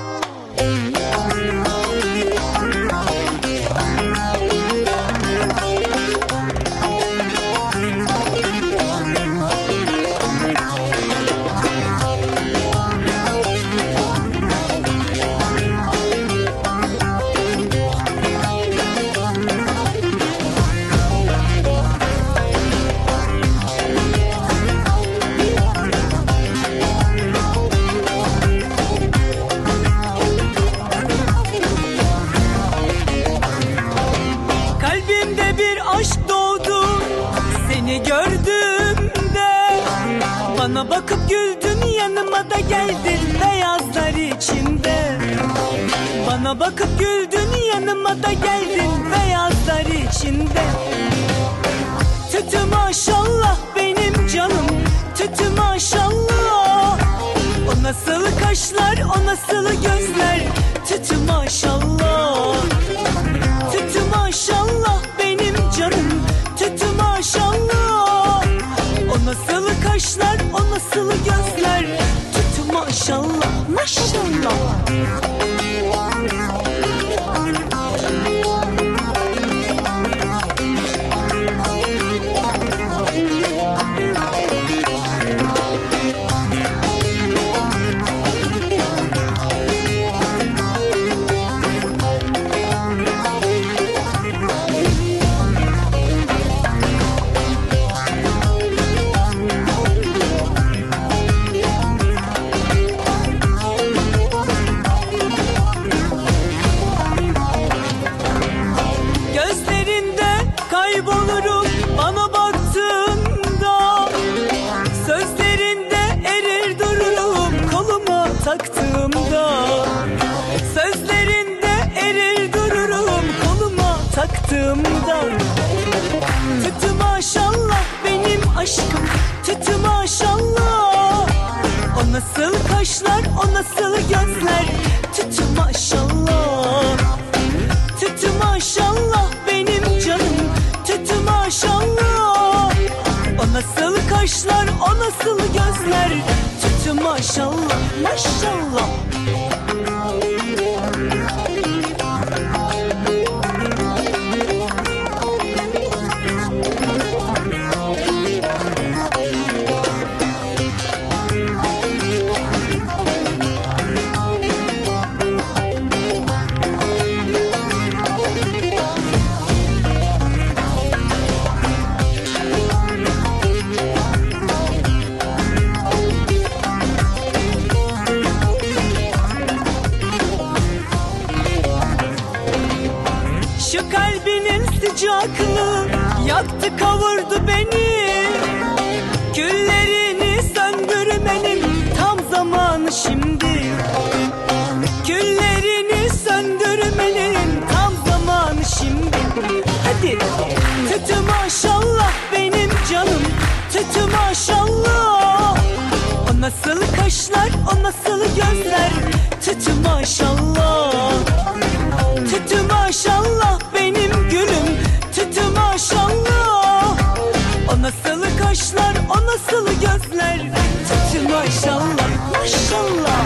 Bana bakıp güldün, yanıma da geldin beyazlar içinde. Bana bakıp güldün, yanıma da geldin beyazlar içinde. Tütü maşallah benim canım, tütü maşallah. O nasıl kaşlar, o nasıl gözler, tütü maşallah. Tütü maşallah benim canım, tütü maşallah. O nasıl kaşlar, o nasıl gözler, tütü maşallah, maşallah. Tütü maşallah benim aşkım, tütü maşallah. O nasıl kaşlar, o nasıl gözler, tütü maşallah. Tütü maşallah benim canım, tütü maşallah. O nasıl kaşlar, o nasıl gözler, tütü maşallah, maşallah. Sıcaklığı yaktı kavurdu beni. Küllerini söndürmenin tam zamanı şimdi. Küllerini söndürmenin tam zamanı şimdi. Hadi. Tütü maşallah benim canım, tütü maşallah. O nasıl kaşlar, o nasıl gözler, tütü maşallah. Tütü maşallah benim gülüm, tütü maşallah. O nasıl kaşlar, o nasıl gözler, tütü maşallah, maşallah.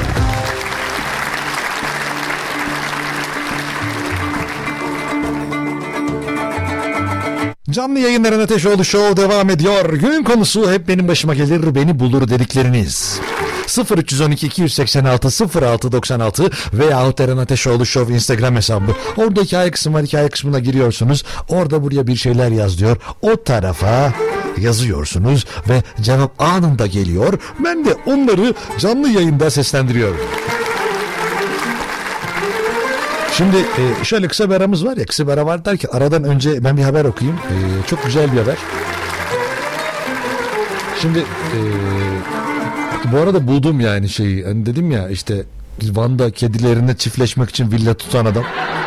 Canlı yayınların Ateşoğlu Show devam ediyor. Günün konusu hep benim başıma gelir, beni bulur dedikleriniz. sıfır üç on iki iki yüz seksen altı sıfır altı doksan altı veyahut Eren Ateşoğlu Show Instagram hesabı. Orada hikaye kısmı var, hikaye kısmına giriyorsunuz. Orada buraya bir şeyler yaz diyor. O tarafa yazıyorsunuz ve cevap anında geliyor. Ben de onları canlı yayında seslendiriyorum. Şimdi e, şöyle kısa bir aramız var ya, kısa bir ara var derken aradan önce ben bir haber okuyayım. E, çok güzel bir haber. Şimdi e, bu arada buldum yani şeyi. Hani dedim ya işte Van'da kedilerine çiftleşmek için villa tutan adam.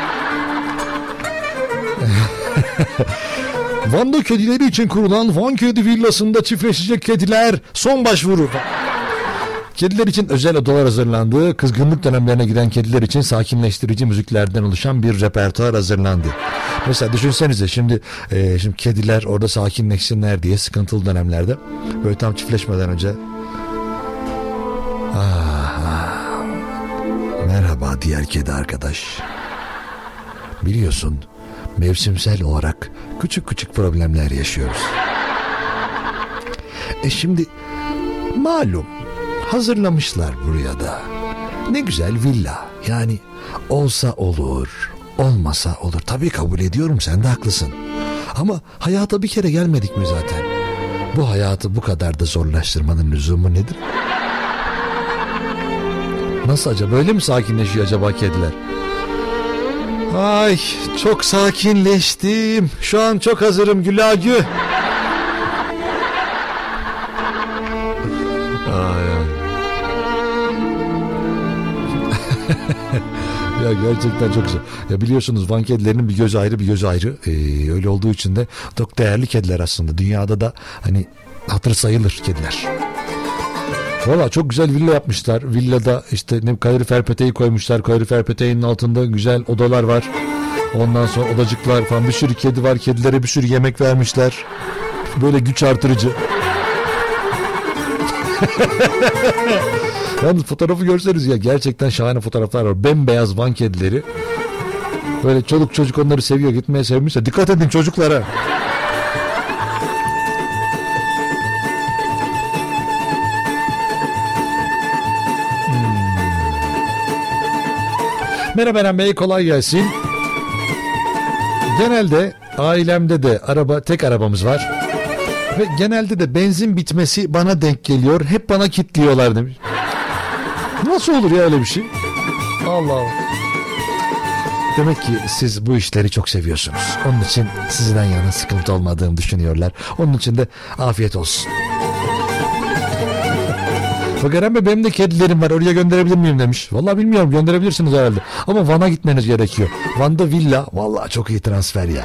Van'da kedileri için kurulan Van Kedi Villası'nda çiftleşecek kediler son başvuru. Kediler için özel odalar hazırlandı. Kızgınlık dönemlerine giren kediler için sakinleştirici müziklerden oluşan bir repertuar hazırlandı. Mesela düşünsenize şimdi e, şimdi kediler orada sakinleşsinler diye sıkıntılı dönemlerde böyle tam çiftleşmeden önce ah, ah. Merhaba diğer kedi arkadaş. Biliyorsun mevsimsel olarak küçük küçük problemler yaşıyoruz. E şimdi malum hazırlamışlar buraya da. Ne güzel villa. Yani olsa olur, olmasa olur. Tabii kabul ediyorum, sen de haklısın. Ama hayata bir kere gelmedik mi zaten? Bu hayatı bu kadar da zorlaştırmanın lüzumu nedir? Nasıl acaba? Böyle mi sakinleşiyor acaba kediler? Ay çok sakinleştim. Şu an çok hazırım Gülagü. Ay ay. Ya gerçekten çok güzel. Ya biliyorsunuz Van kedilerinin bir gözü ayrı bir gözü ayrı. Ee, öyle olduğu için de çok değerli kediler aslında. Dünyada da hani hatır sayılır kediler. Valla çok güzel villa yapmışlar. Villada işte ne kalorifer peteği koymuşlar. Kalorifer peteğinin altında güzel odalar var. Ondan sonra odacıklar falan, bir sürü kedi var. Kedilere bir sürü yemek vermişler. Böyle güç artırıcı. Yalnız fotoğrafı görseniz ya gerçekten şahane fotoğraflar var. Bembeyaz Van kedileri. Böyle çoluk çocuk onları seviyor, gitmeye sevmişse dikkat edin çocuklara. Merhaba Eren Bey, kolay gelsin. Genelde ailemde de araba, tek arabamız var. Ve genelde de benzin bitmesi bana denk geliyor. Hep bana kilitliyorlar demiş. Nasıl olur ya öyle bir şey? Allah Allah. Demek ki siz bu işleri çok seviyorsunuz. Onun için sizden yana sıkıntı olmadığını düşünüyorlar. Onun için de afiyet olsun. Bak Eren Bey, benim de kedilerim var, oraya gönderebilir miyim demiş. Vallahi bilmiyorum, gönderebilirsiniz herhalde. Ama Van'a gitmeniz gerekiyor. Van'da villa vallahi çok iyi transfer ya.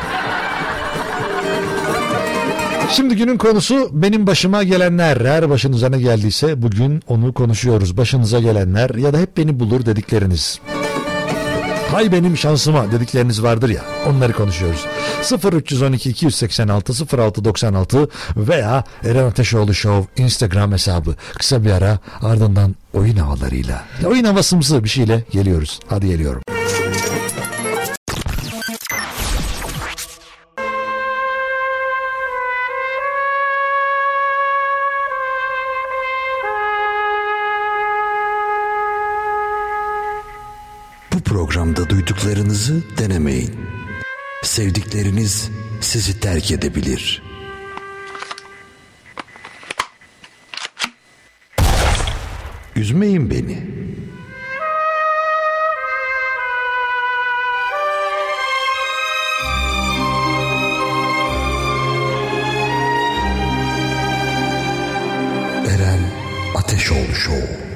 Şimdi günün konusu benim başıma gelenler. Eğer başınıza ne geldiyse bugün onu konuşuyoruz. Başınıza gelenler ya da hep beni bulur dedikleriniz. Hay benim şansıma dedikleriniz vardır ya, onları konuşuyoruz. sıfır üç on iki iki seksen altı sıfır altı doksan altı veya Eren Ateşoğlu Show Instagram hesabı. Kısa bir ara, ardından oyun havalarıyla, oyun havasımsı bir şeyle geliyoruz. Hadi geliyorum. Programda duyduklarınızı denemeyin. Sevdikleriniz sizi terk edebilir. Üzmeyin beni. Eren Ateşoğlu Show.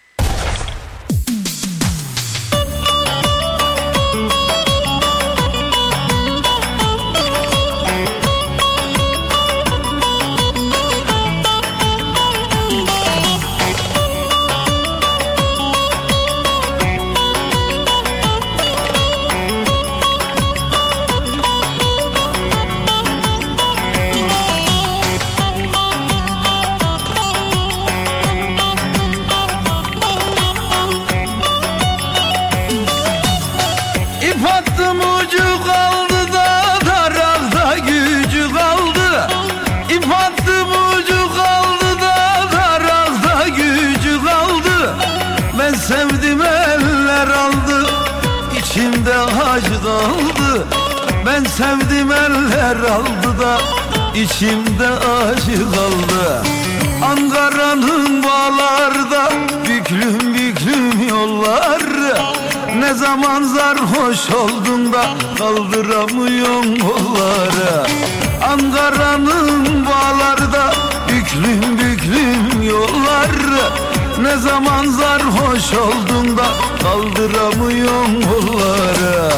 Ben sevdim eller aldı da içimde acı kaldı. Ankara'nın bağlarda büklüm büklüm yollar. Ne zaman sarhoş zaman sarhoş oldun da kaldıramıyorsun kolları.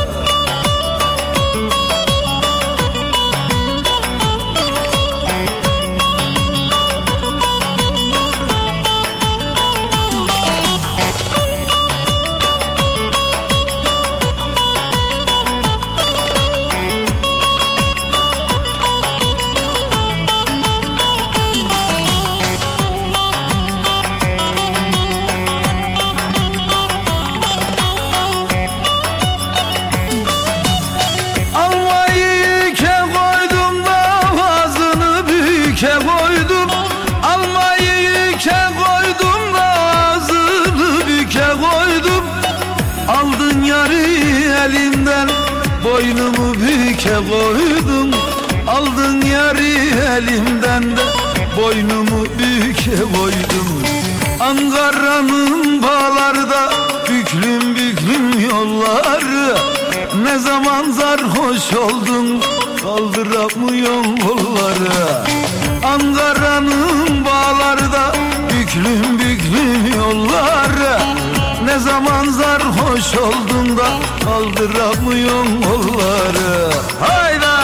Boynumu büke koydum, aldın yarı elimden de boynumu büke koydum. Ankara'nın bağlarda büklüm büklüm yolları, ne zaman sarhoş oldun kaldıramıyorsun kolları. Ankara'nın bağlarda büklüm büklüm yolları, ne zaman sarhoş oldun da kaldıramıyorsun kolları. Hayda!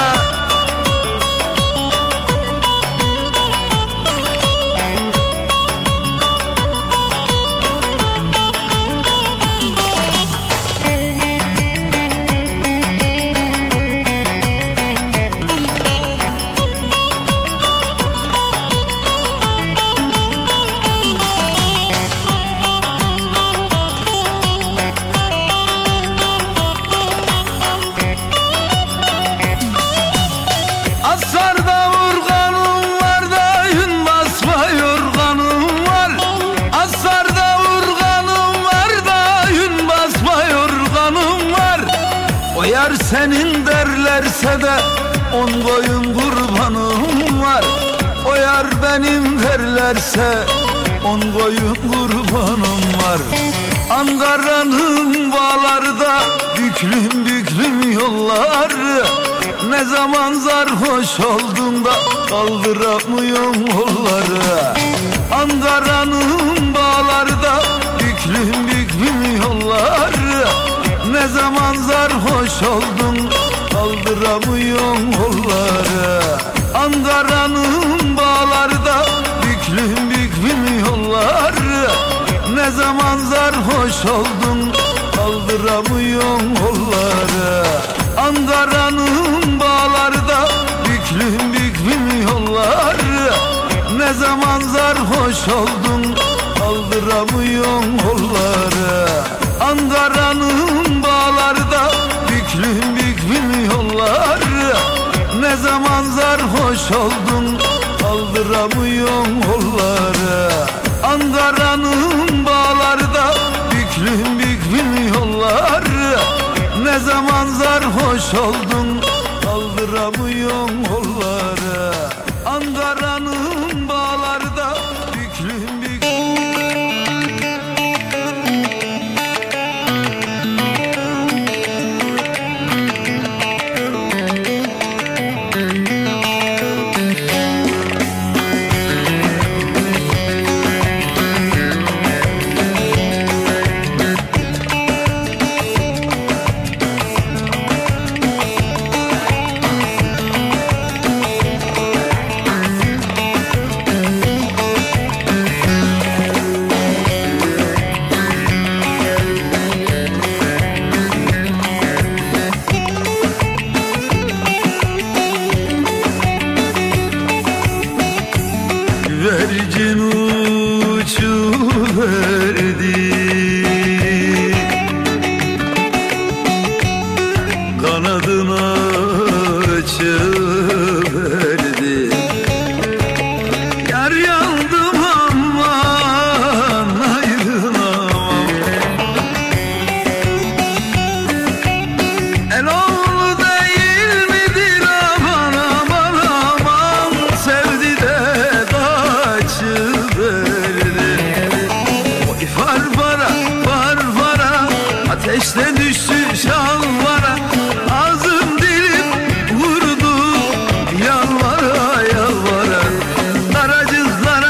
Senin derlerse de on koyun kurbanım var. O yar benim derlerse on koyun kurbanım var. Ankara'nın bağlarda büklüm büklüm yolları, ne zaman sarhoş oldun da kaldıramıyorsun kolları. Ankara'nın bağlarda büklüm büklüm yolları, ne zaman sarhoş oldun kaldıramıyorsun kolları. Ankara'nın bağlarda büklüm büklüm yolları, ne zaman sarhoş oldun kaldıramıyorsun kolları. Ankara'nın bağlarda büklüm büklüm yolları, ne zaman sarhoş oldun kaldıramıyorsun kolları. Ankara'nın bağlarda büklüm büklüm yolları, ne zaman sarhoş oldun kaldıramıyorsun kolları. Ankara'nın bağlarda büklüm büklüm yolları, ne zaman sarhoş oldun kaldıramıyorsun kolları. Ankara'nın bağlarda büklüm büklüm. Güvercin uçuverdi, kanadını açıverdi. Yar yandım aman ayrılamam, el oğlu değil midir aman aman aman, sevdi de ateşte düştü şalvara, ağzım dilim vurdu yalvara yalvara. Daracızlar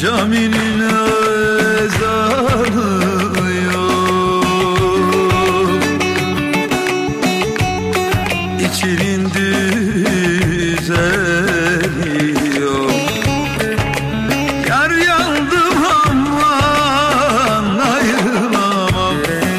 caminin ezanı yok, içinin düzeni yok. Yar yandım aman ayrılamam,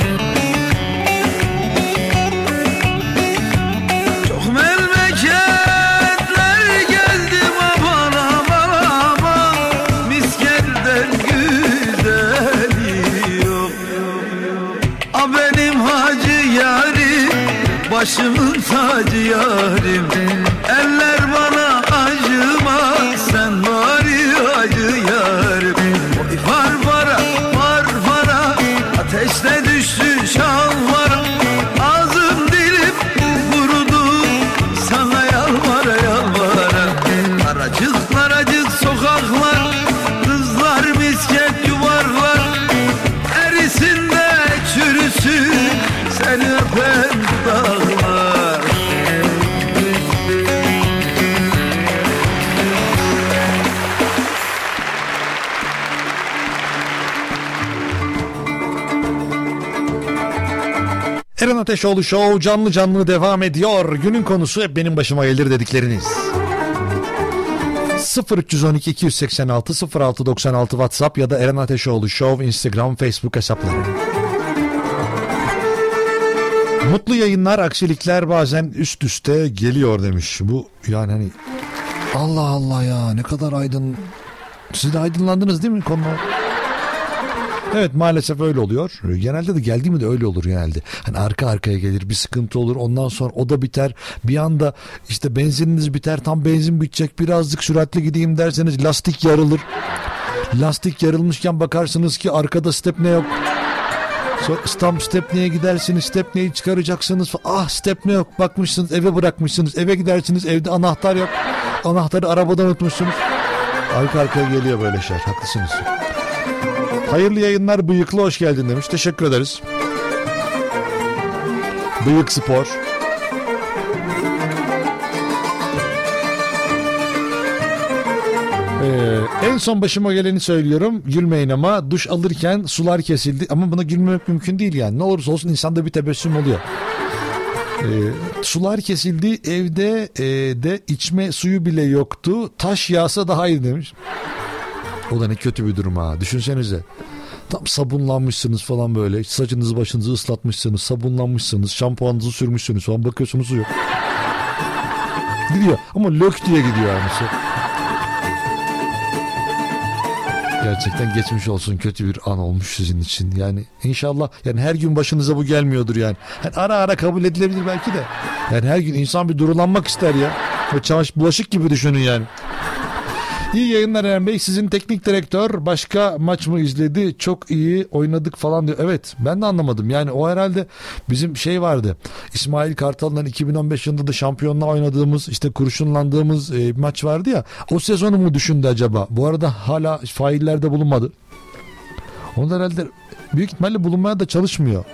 çok memleketler gezdim aman aman aman, miskerden güzeli yok. A benim hacı yarim, başımın tacı yarim, eller bana acımaz, sen bari acı yarim. Var para, var para, ateşle düştü şalvara, ağzım dilim kurudu, sana yalvara yalvara. Daracık daracık sokaklar, kızlar misket yuvarlar, erisin de çürüsün seni öpen dudaklar. Eren Ateşoğlu Show canlı canlı devam ediyor. Günün konusu hep benim başıma gelir dedikleriniz. sıfır üç on iki iki yüz seksen altı sıfır altı doksan altı WhatsApp ya da Eren Ateşoğlu Show Instagram, Facebook hesapları. Mutlu yayınlar, aksilikler bazen üst üste geliyor demiş. Bu yani hani Allah Allah ya, ne kadar aydın. Siz de aydınlandınız değil mi konu? Evet, maalesef öyle oluyor. Genelde de geldi mi de öyle olur genelde. Hani arka arkaya gelir, bir sıkıntı olur, ondan sonra o da biter. Bir anda işte benzininiz biter, tam benzin bitecek, birazcık süratli gideyim derseniz lastik yarılır. Lastik yarılmışken bakarsınız ki arkada stepne yok. Tam stepneye gidersiniz, stepneyi çıkaracaksınız. Ah, stepne yok, bakmışsınız eve bırakmışsınız. Eve gidersiniz, evde anahtar yok. Anahtarı arabada unutmuşsunuz. Arka arkaya geliyor böyle şeyler, haklısınız. Hayırlı yayınlar Bıyıklı, hoş geldin demiş. Teşekkür ederiz. Bıyık Spor. Ee, en son başıma geleni söylüyorum. Gülmeyin ama duş alırken sular kesildi. Ama buna gülmemek mümkün değil yani. Ne olursa olsun insanda bir tebessüm oluyor. Ee, sular kesildi. Evde e, de içme suyu bile yoktu. Taş yağsa daha iyi demiş. O da ne kötü bir durum ha. Düşünsenize. Tam sabunlanmışsınız falan böyle. Saçınızı başınızı ıslatmışsınız. Sabunlanmışsınız. Şampuanınızı sürmüşsünüz falan. Bakıyorsunuz su yok. Gidiyor. Ama lök diye gidiyor yani. Gerçekten geçmiş olsun, kötü bir an olmuş sizin için. Yani inşallah yani her gün başınıza bu gelmiyordur yani. yani ara ara kabul edilebilir belki de. Yani her gün insan bir durulanmak ister ya. Ve çamaşır bulaşık gibi düşünün yani. İyi yayınlar Eren Bey. Sizin teknik direktör başka maç mı izledi? Çok iyi oynadık falan diyor. Evet, ben de anlamadım. Yani o herhalde bizim şey vardı. İsmail Kartal'dan iki bin on beş yılında da şampiyonluğa oynadığımız, işte kurşunlandığımız e, maç vardı ya. O sezonu mu düşündü acaba? Bu arada hala faillerde bulunmadı. Onlar herhalde büyük ihtimalle bulunmaya da çalışmıyor.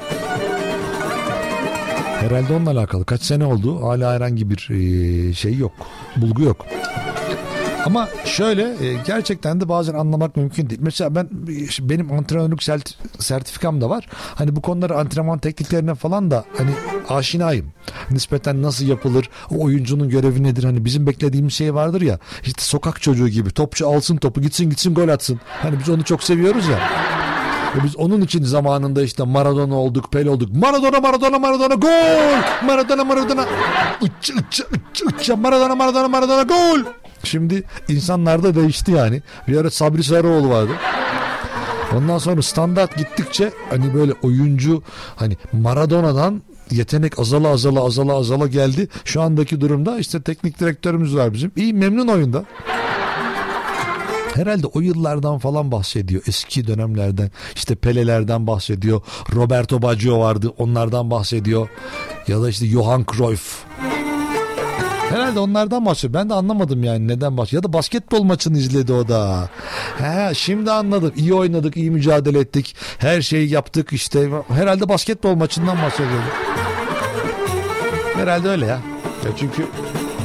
Herhalde onunla alakalı. Kaç sene oldu? Hala herhangi bir e, şey yok. Bulgu yok. Ama şöyle gerçekten de bazen anlamak mümkün değil. Mesela ben, benim antrenörlük sertifikam da var. Hani bu konuları, antrenman tekniklerine falan da hani aşinayım. Nispeten nasıl yapılır, o oyuncunun görevi nedir? Hani bizim beklediğimiz şey vardır ya. İşte sokak çocuğu gibi topçu alsın topu, gitsin gitsin gol atsın. Hani biz onu çok seviyoruz ya. Ve biz onun için zamanında işte Maradona olduk, Pele olduk. Maradona, Maradona, Maradona, gol! Maradona, Maradona, uç, uç, uç, uç, Maradona, Maradona, Maradona, gol! Şimdi insanlar da değişti yani. Bir ara Sabri Sarıoğlu vardı. Ondan sonra standart gittikçe hani böyle oyuncu, hani Maradona'dan yetenek azala azala azala azala geldi. Şu andaki durumda işte teknik direktörümüz var bizim. İyi, memnun oyunda. Herhalde o yıllardan falan bahsediyor. Eski dönemlerden, işte Pele'lerden bahsediyor. Roberto Baggio vardı, onlardan bahsediyor. Ya da işte Johan Cruyff. Herhalde onlardan bahsediyor. Ben de anlamadım yani neden bahsediyor. Ya da basketbol maçını izledi o da. He, şimdi anladım. İyi oynadık, iyi mücadele ettik. Her şeyi yaptık işte. Herhalde basketbol maçından bahsediyordu. Herhalde öyle ya. Ya çünkü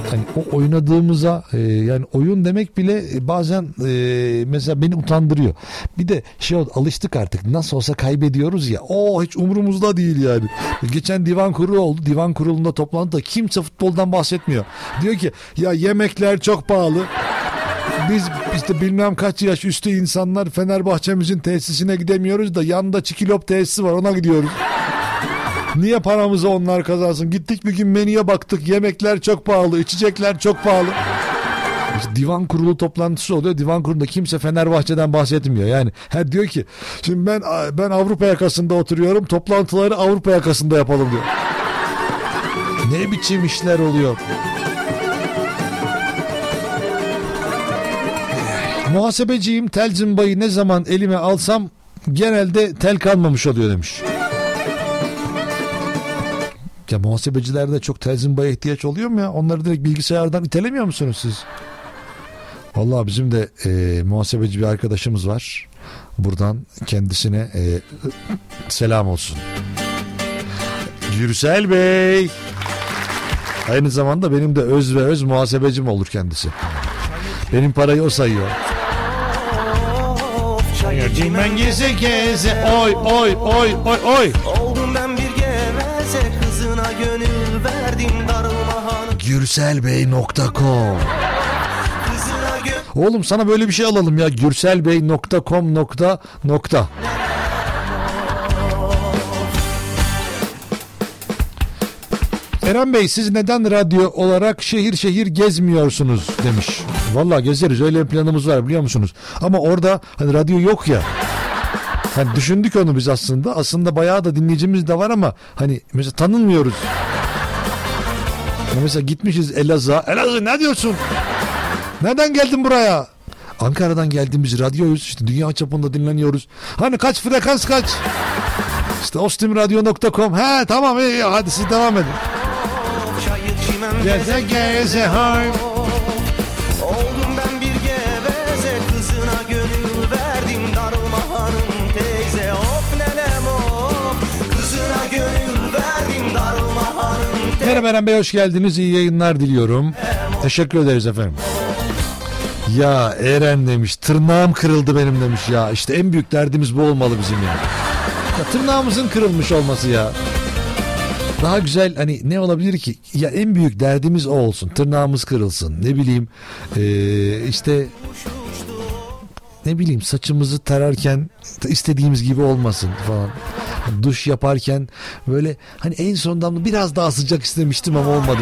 hani o oynadığımıza e, yani oyun demek bile bazen e, mesela beni utandırıyor. Bir de şey oldu, alıştık artık, nasıl olsa kaybediyoruz ya, o hiç umurumuzda değil yani. Geçen divan kurulu oldu, divan kurulunda toplantıda kimse futboldan bahsetmiyor. Diyor ki ya yemekler çok pahalı. Biz işte bilmem kaç yaş üstü insanlar Fenerbahçe'mizin tesisine gidemiyoruz da yanında Çikilop tesisi var, ona gidiyoruz. Niye paramızı onlar kazansın? Gittik bir gün menüye baktık, yemekler çok pahalı, içecekler çok pahalı. İşte divan kurulu toplantısı oluyor. Divan kurulunda kimse Fenerbahçe'den bahsetmiyor. Yani her diyor ki şimdi ben ben Avrupa yakasında oturuyorum, toplantıları Avrupa yakasında yapalım diyor. Ne biçim işler oluyor? Muhasebeciyim, tel zımbayı ne zaman elime alsam genelde tel kalmamış oluyor demiş. Ya muhasebecilerde çok tel zımbaya ihtiyaç oluyor mu ya? Onları direkt bilgisayardan itelemiyor musunuz siz? Vallahi bizim de e, muhasebeci bir arkadaşımız var. Buradan kendisine e, selam olsun. Gürsel Bey. Aynı zamanda benim de öz ve öz muhasebecim olur kendisi. Benim parayı o sayıyor. Ben geze geze oy oy oy oy oy. Oldum ben bir geveze, kızına gönül verdim, darılma hanım. Gürselbey nokta com. Oğlum sana böyle bir şey alalım ya, gürselbey nokta com nokta nokta. Eren Bey, siz neden radyo olarak şehir şehir gezmiyorsunuz demiş. Vallahi gezeriz, öyle bir planımız var biliyor musunuz? Ama orada hani radyo yok ya. Hani düşündük onu biz aslında. Aslında bayağı da dinleyicimiz de var ama hani mesela tanınmıyoruz. Mesela gitmişiz Elazığ'a. Elazığ ne diyorsun? Neden geldin buraya? Ankara'dan geldiğimiz radyoyuz. İşte dünya çapında dinleniyoruz. Hani kaç frekans kaç? İşte ostimradyo nokta com. He tamam iyi, hadi siz devam edin. Geze geze hay. Oldum ben bir geveze, kızına gönül verdim, darılma hanım teyze. Of nenem of, kızına gönül verdim, darılma hanım teyze. Merhaba Eren Bey, hoş geldiniz. İyi yayınlar diliyorum. Teşekkür ederiz efendim. Ya Eren demiş, tırnağım kırıldı benim demiş ya. İşte en büyük derdimiz bu olmalı bizim ya. Ya tırnağımızın kırılmış olması ya. Daha güzel hani ne olabilir ki? Ya en büyük derdimiz o olsun. Tırnağımız kırılsın. Ne bileyim ee, işte ne bileyim saçımızı tararken istediğimiz gibi olmasın falan. Duş yaparken böyle hani en sondan biraz daha sıcak istemiştim ama olmadı.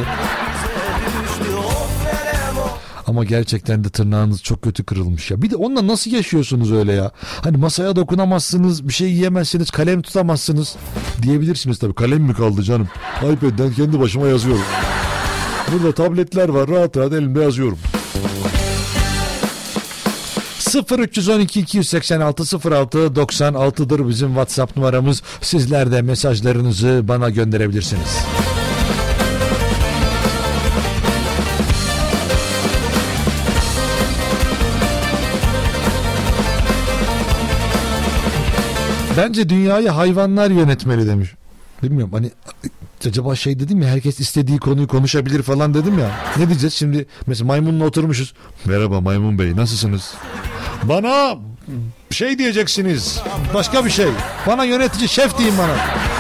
Ama gerçekten de tırnağınız çok kötü kırılmış ya. Bir de onunla nasıl yaşıyorsunuz öyle ya? Hani masaya dokunamazsınız, bir şey yiyemezsiniz, kalem tutamazsınız diyebilirsiniz tabii. Kalem mi kaldı canım? iPad'den kendi başıma yazıyorum. Burada tabletler var, rahat rahat elimde yazıyorum. sıfır üç on iki iki seksen altı sıfır altı doksan altı'dır bizim WhatsApp numaramız. Sizler de mesajlarınızı bana gönderebilirsiniz. Bence dünyayı hayvanlar yönetmeli demiş. Bilmiyorum hani acaba şey dedim ya, herkes istediği konuyu konuşabilir falan dedim ya. Ne diyeceğiz şimdi? Mesela maymunla oturmuşuz. Merhaba maymun bey, nasılsınız? Bana şey diyeceksiniz. Başka bir şey. Bana yönetici şef deyin bana.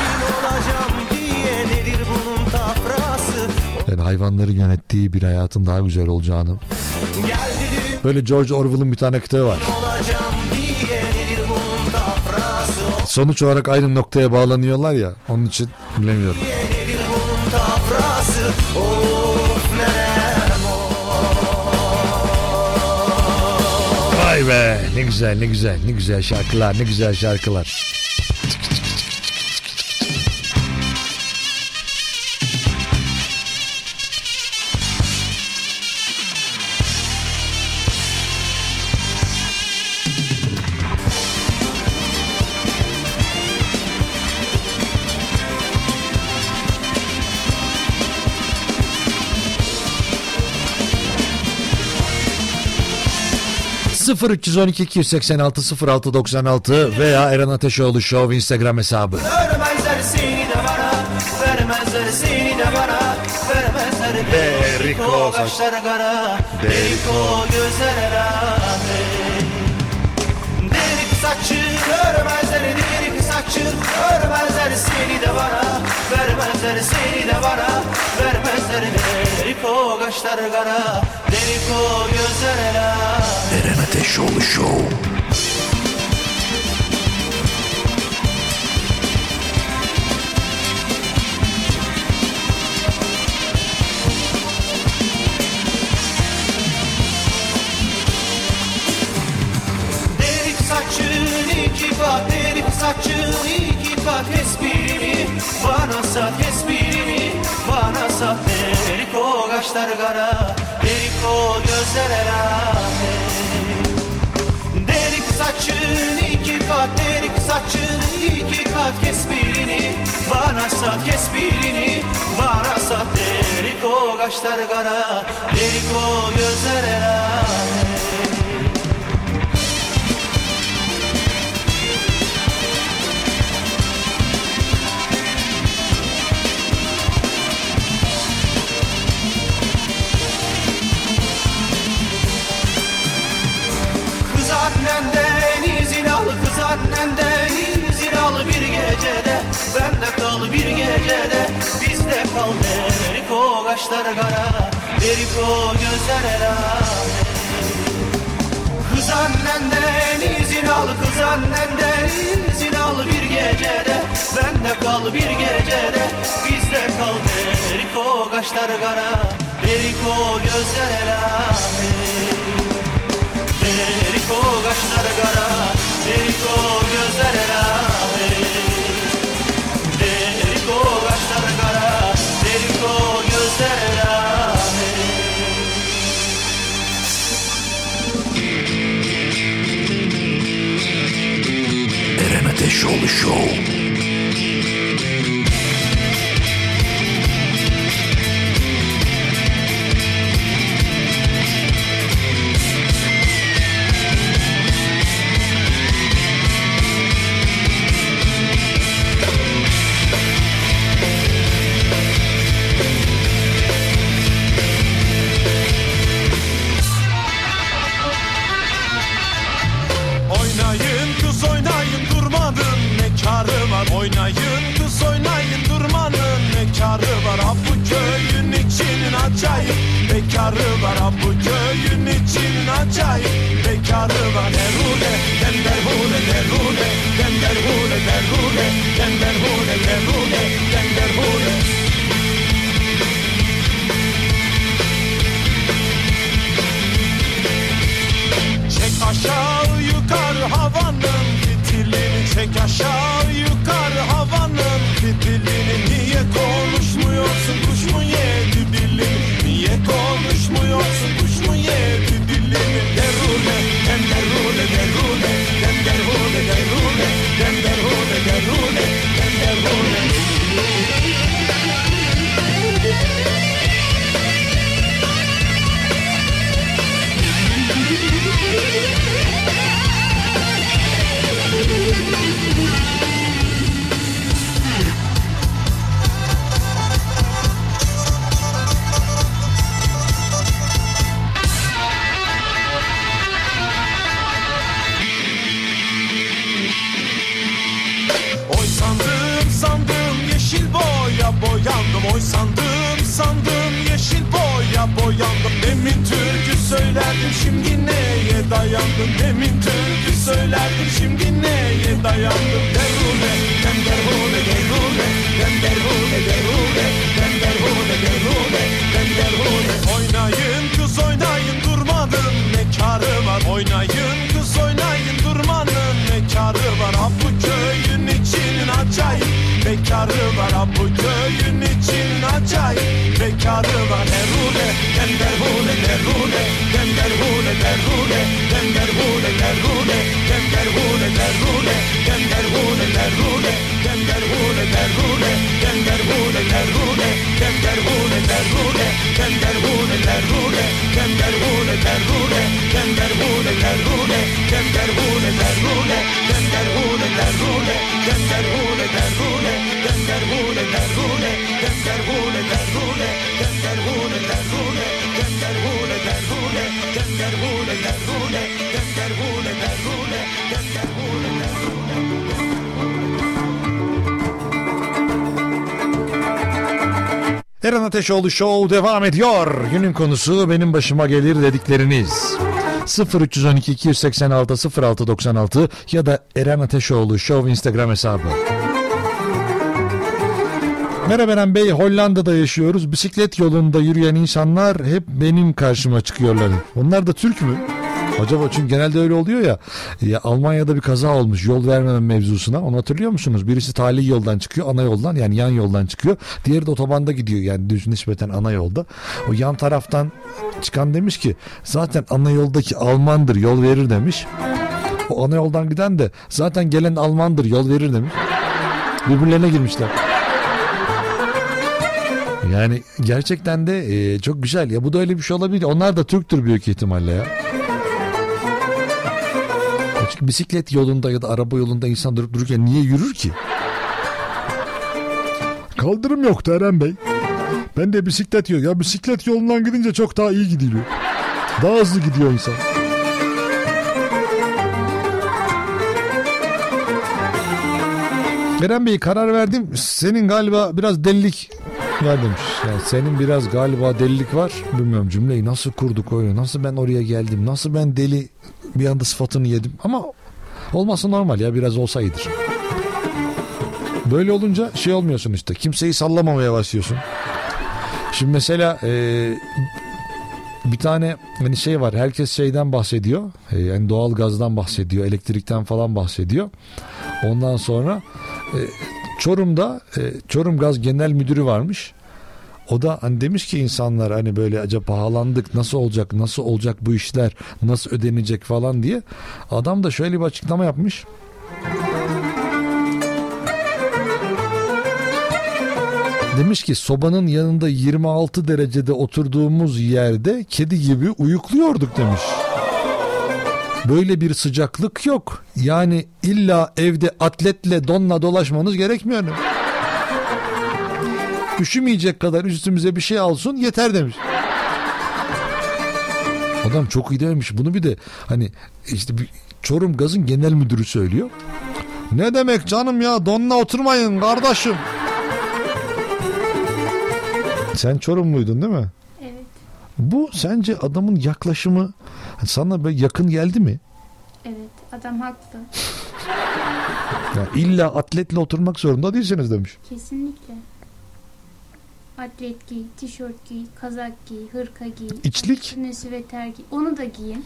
Yani hayvanların yönettiği bir hayatın daha güzel olacağını. Böyle George Orwell'ın bir tane kitabı var. Sonuç olarak aynı noktaya bağlanıyorlar ya, onun için bilemiyorum. Vay be, ne güzel ne güzel ne güzel şarkılar, ne güzel şarkılar. sıfır üç on iki iki seksen altı sıfır altı doksan altı veya Eren Ateşoğlu Show Instagram hesabı. Vermezler seni de bana, vermezler seni de bana, vermezler derdi Derik o saç- kaşları kara Derik o gözler elame Derik saçın örmezler Derik saçın örmezler Seni de bana vermezler Seni de bana vermezler Derik o kaşları kara Derik o gözler elame Eren Ateşoğlu Show. Derik saçın iki kat Derik saçın iki kat Esprini bana sat Esprini bana sat Derik o kaşlar kara Derik o gözler elame Derik saçın iki kat Derik saçın iki kat Kes birini bana sat Kes birini bana sat Derik o kaşlar kara Derik o gözler elame Annenden izin al kız annenden izin al bir gecede Bende kal bir gecede bizde kal Derik o kaşlar kara Derik o gözler elame Kız annenden izin al kız annenden izin al bir gecede Bende kal bir gecede bizde kal Derik o kaşlar kara Derik o gözler elame Derik o kaşlar kara, derik o gözler elame Derik o kaşlar kara, derik o gözler elame Eren Ateşoğlu Show. Oynayın kız oynayın durmanın ne kârı var ha bu köyün içinin acayip bekarı var ha bu köyün içinin acayip bekarı var derune dender hune derune dender hune derune dender hune derune dender hune Çek aşağı yukarı havanın fitilini çek aşağı yukarı havanın fitilini Niye konuşmuyorsun kuş mu yedi dilini Niye konuşmuyorsun kuş mu yedi dilini Derune dem derune derune dem derune derune dem derune derune dem derune Oy sandım sandım yeşil boya boyandım Oy sandım sandım yeşil boya boyandım Demin türkü söylerdim şimdi neye dayandım Demin türkü söylerdim şimdi neye dayandım Derune dem derune derune dem derune derune dem derune derune dem derune Oynayın kız oynayın durmanın ne kârı var Oynayın kız oynayın durmanın ne kârı var Ha bu köyün içinin acayip bekarı var Ha bu köyün içinin acayip bekarı var Derune dem derune derune dem derune derune dem derune derune dem derune derune dem derune derune dem derune derune dem derune derune dem derune derune dem derune derune dem derune derune dem derune derune dem derune derune dem derune derune dem derune derune dem derune derune dem derune derune dem derune Eren Ateşoğlu Show devam ediyor. Günün konusu benim başıma gelir dedikleriniz. sıfır üç on iki iki seksen altı sıfır altı doksan altı ya da Eren Ateşoğlu Show Instagram hesabı. Merhaba Eren Bey, Hollanda'da yaşıyoruz. Bisiklet yolunda yürüyen insanlar hep benim karşıma çıkıyorlar. Onlar da Türk mü? Acaba, çünkü genelde öyle oluyor ya. Ya Almanya'da bir kaza olmuş yol vermeme mevzusuna. Onu hatırlıyor musunuz? Birisi tali yoldan çıkıyor, ana yoldan, yani yan yoldan çıkıyor. Diğeri de otobanda gidiyor, yani düz nispeten ana yolda. O yan taraftan çıkan demiş ki zaten ana yoldaki Almandır, yol verir demiş. O ana yoldan giden de zaten gelen Almandır, yol verir demiş. Birbirlerine girmişler. Yani gerçekten de e, çok güzel. Ya bu da öyle bir şey olabilir. Onlar da Türktür büyük ihtimalle ya. Çünkü bisiklet yolunda ya da araba yolunda insan durup dururken niye yürür ki? Kaldırım yoktu Eren Bey. Ben de bisiklet yol. Ya bisiklet yolundan gidince çok daha iyi gidiliyor. Daha hızlı gidiyor insan. Eren Bey, karar verdim. Senin galiba biraz delilik var demiş. Yani senin biraz galiba delilik var. Bilmiyorum cümleyi nasıl kurduk öyle. Nasıl ben oraya geldim. Nasıl ben deli bir anda sıfatını yedim. Ama olması normal ya, biraz olsa iyidir. Böyle olunca şey olmuyorsun işte. Kimseyi sallamamaya başlıyorsun. Şimdi mesela e, bir tane hani şey var. Herkes şeyden bahsediyor. E, yani doğal gazdan bahsediyor. Elektrikten falan bahsediyor. Ondan sonra e, Çorum'da e, Çorum Gaz Genel Müdürü varmış. O da hani demiş ki insanlar hani böyle acaba pahalandık, nasıl olacak, nasıl olacak bu işler, nasıl ödenecek falan diye. Adam da şöyle bir açıklama yapmış. Demiş ki sobanın yanında yirmi altı derecede oturduğumuz yerde kedi gibi uyukluyorduk demiş. Böyle bir sıcaklık yok. Yani illa evde atletle donla dolaşmanız gerekmiyor. Üşümeyecek kadar üstümüze bir şey alsın yeter demiş. Adam çok iyi demiş. Bunu bir de hani işte bir Çorum Gaz'ın genel müdürü söylüyor. Ne demek canım ya, donla oturmayın kardeşim. Sen Çorumluydun değil mi? Evet. Bu sence adamın yaklaşımı sana böyle yakın geldi mi? Evet, adam haklı. Ya illa atletle oturmak zorunda değilsiniz demiş. Kesinlikle. Atlet giy, tişört giy, kazak giy, hırka giy. İçlik? Üstüne süveter giy. Onu da giyin.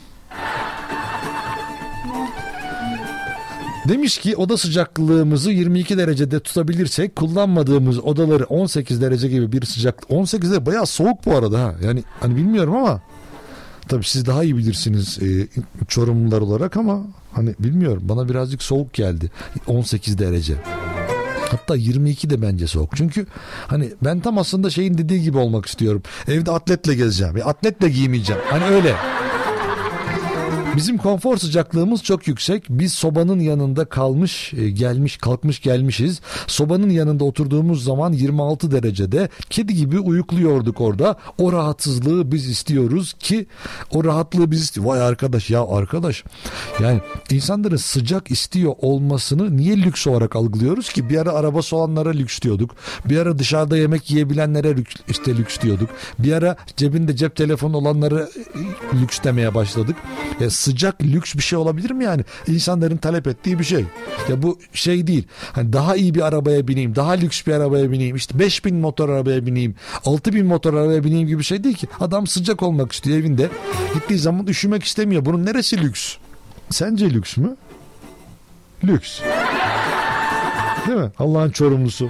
Demiş ki oda sıcaklığımızı yirmi iki derecede tutabilirsek kullanmadığımız odaları on sekiz derece gibi bir sıcaklık. on sekiz derece bayağı soğuk bu arada ha. Yani hani bilmiyorum ama tabii siz daha iyi bilirsiniz e, Çorumlular olarak ama hani bilmiyorum, bana birazcık soğuk geldi. on sekiz derece. Hatta yirmi iki de bence soğuk. Çünkü hani ben tam aslında şeyin dediği gibi olmak istiyorum. Evde atletle gezeceğim. Atletle giymeyeceğim. Hani öyle. Bizim konfor sıcaklığımız çok yüksek. Biz sobanın yanında kalmış, gelmiş, kalkmış gelmişiz. Sobanın yanında oturduğumuz zaman yirmi altı derecede kedi gibi uyukluyorduk orada. O rahatsızlığı biz istiyoruz ki o rahatlığı biz istiyoruz. Vay arkadaş ya arkadaş. Yani insanların sıcak istiyor olmasını niye lüks olarak algılıyoruz ki? Bir ara arabası olanlara lüks diyorduk. Bir ara dışarıda yemek yiyebilenlere lüks, işte lüks diyorduk. Bir ara cebinde cep telefonu olanlara lüks demeye başladık. Ya sıcak lüks bir şey olabilir mi yani? İnsanların talep ettiği bir şey. Ya bu şey değil. Hani daha iyi bir arabaya bineyim, daha lüks bir arabaya bineyim, işte beş bin motor arabaya bineyim, altı bin motor arabaya bineyim gibi bir şey değil ki. Adam sıcak olmak istiyor evinde. Gittiği zaman üşümek istemiyor. Bunun neresi lüks? Sence lüks mü? Lüks. Değil mi? Allah'ın Çorumlusu.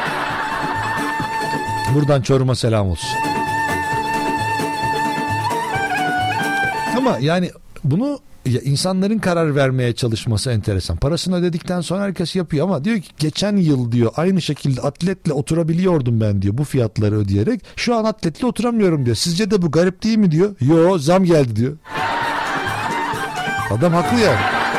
Buradan Çorum'a selam olsun. Ama yani bunu ya insanların karar vermeye çalışması enteresan. Parasını ödedikten sonra herkes yapıyor ama diyor ki geçen yıl diyor aynı şekilde atletle oturabiliyordum ben diyor bu fiyatları ödeyerek. Şu an atletle oturamıyorum diyor. Sizce de bu garip değil mi diyor. Yo, zam geldi diyor. Adam haklı yani.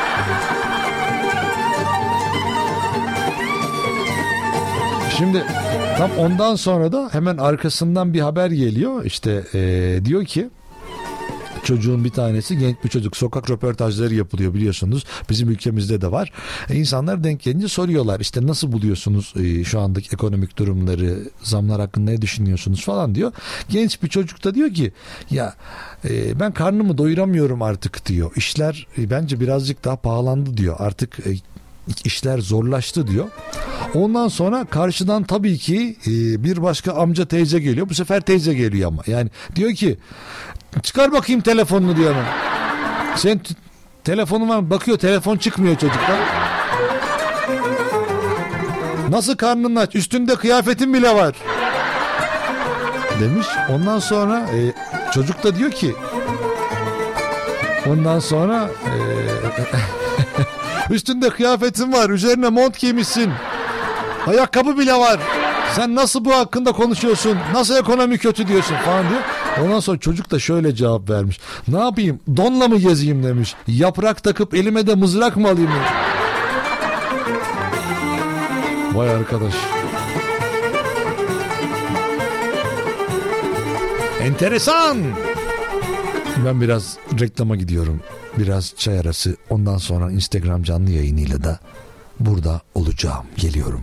Şimdi tam ondan sonra da hemen arkasından bir haber geliyor. İşte ee, diyor ki çocuğun bir tanesi, genç bir çocuk, sokak röportajları yapılıyor biliyorsunuz. Bizim ülkemizde de var. E, insanlar denk gelince soruyorlar işte nasıl buluyorsunuz e, şu andaki ekonomik durumları, zamlar hakkında ne düşünüyorsunuz falan diyor. Genç bir çocuk da diyor ki ya e, ben karnımı doyuramıyorum artık diyor. İşler e, bence birazcık daha pahalandı diyor. Artık e, işler zorlaştı diyor. Ondan sonra karşıdan tabii ki e, bir başka amca teyze geliyor. Bu sefer teyze geliyor ama. Yani diyor ki çıkar bakayım telefonunu diyor hemen. Sen t- telefonun var mı? Bakıyor telefon çıkmıyor çocuktan. Nasıl karnın aç? Üstünde kıyafetin bile var. Demiş. Ondan sonra e, çocuk da diyor ki ondan sonra e, üstünde kıyafetin var, üzerine mont giymişsin, ayakkabı bile var. Sen nasıl bu hakkında konuşuyorsun? Nasıl ekonomi kötü diyorsun falan diyor. Ondan sonra çocuk da şöyle cevap vermiş. Ne yapayım? Donla mı gezeyim demiş. Yaprak takıp elime de mızrak mı alayım demiş. Vay arkadaş. Enteresan. Ben biraz reklama gidiyorum. Biraz çay arası. Ondan sonra Instagram canlı yayınıyla da burada olacağım. Geliyorum.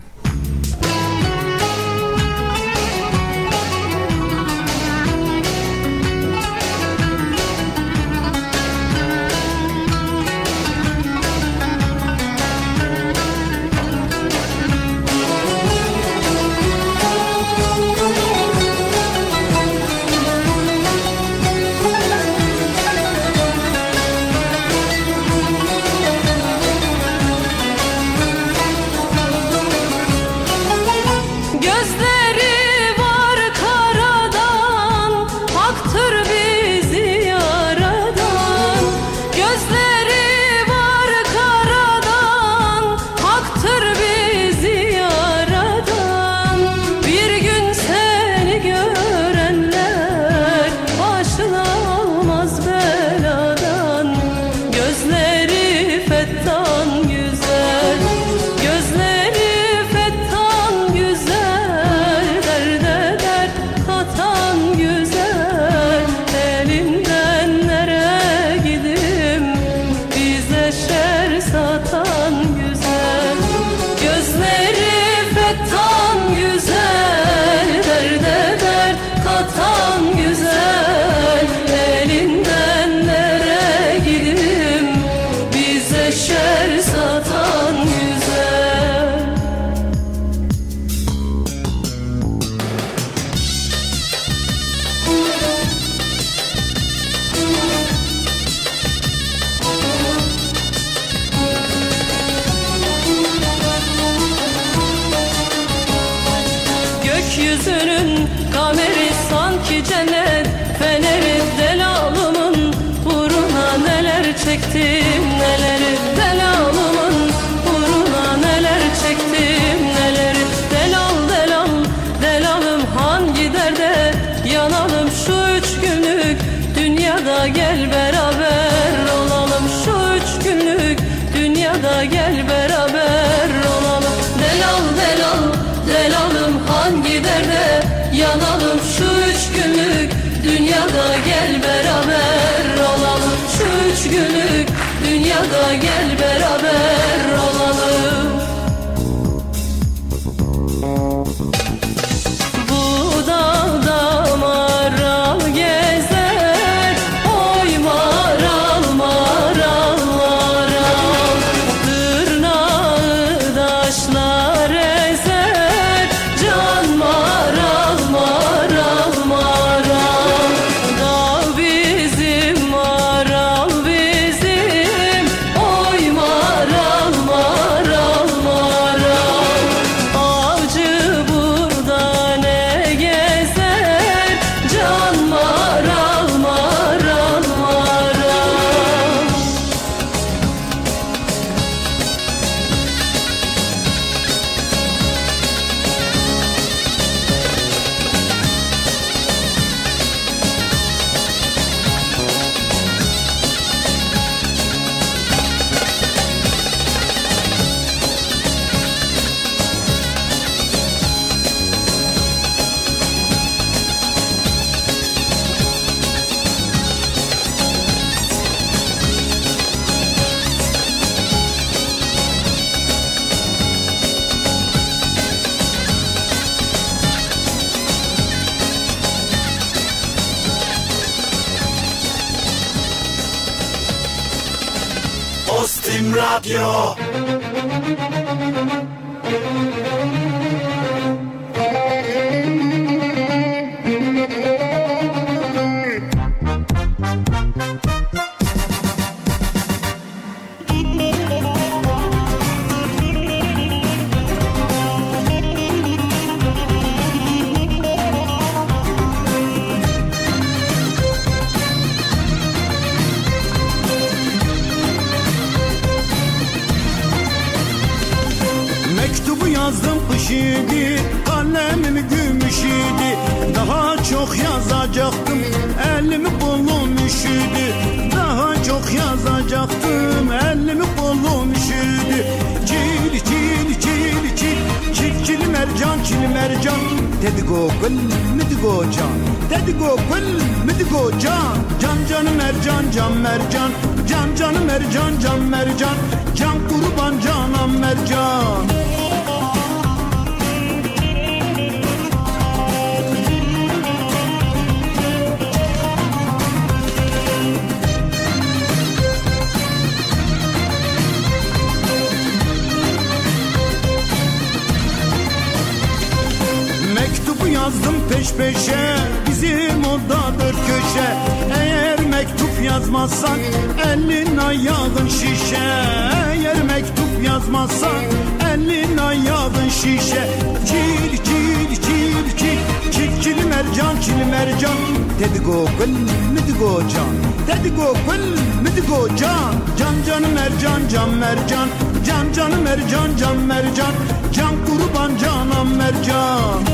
Gökyüzünün kameri sanki cennet feneri, delalımın uğruna neler çektim neleri, delalımın uğruna neler çektim neleri. Delal delal delalım hangi derde yanalım, şu üç günlük dünyada gel beraber olalım, şu üç günlük dünyada gel beraber olalım. Delal delal delalım hangi derde yanalım, şu üç günlük dünyada gel beraber olalım, şu üç günlük dünyada gel beraber olalım. Bu dağda maral gezer, oy maral maral maral, tırnağı daşlar ezer, can maral maral maral. Dağ bizim maral bizim, oy maral Radyo. Yazdım kış idi, kalemim gümüş idi. Daha çok yazacaktım, elimi kolum üşüdü. Daha çok yazacaktım, elimi kolum üşüdü. Çil çil çil çil, çil çil mercan çil mercan. Dedi go gül müdü go can, dedi go gül müdü go can. Can canım mercan can mercan, can canım mercan can mercan. Can kurban canım mercan. Yazdım peş peşe, bizim oda dört köşe. Eğer mektup yazmazsan elin ayağın şişe. Eğer mektup yazmazsan elin ayağın şişe. Çil çil çil çil, çil çil mercan çil mercan. Dedi go gül müdü go can, dedi go gül müdü go can. Can canım mercan can mercan, can canım mercan can mercan. Can kurban canım mercan.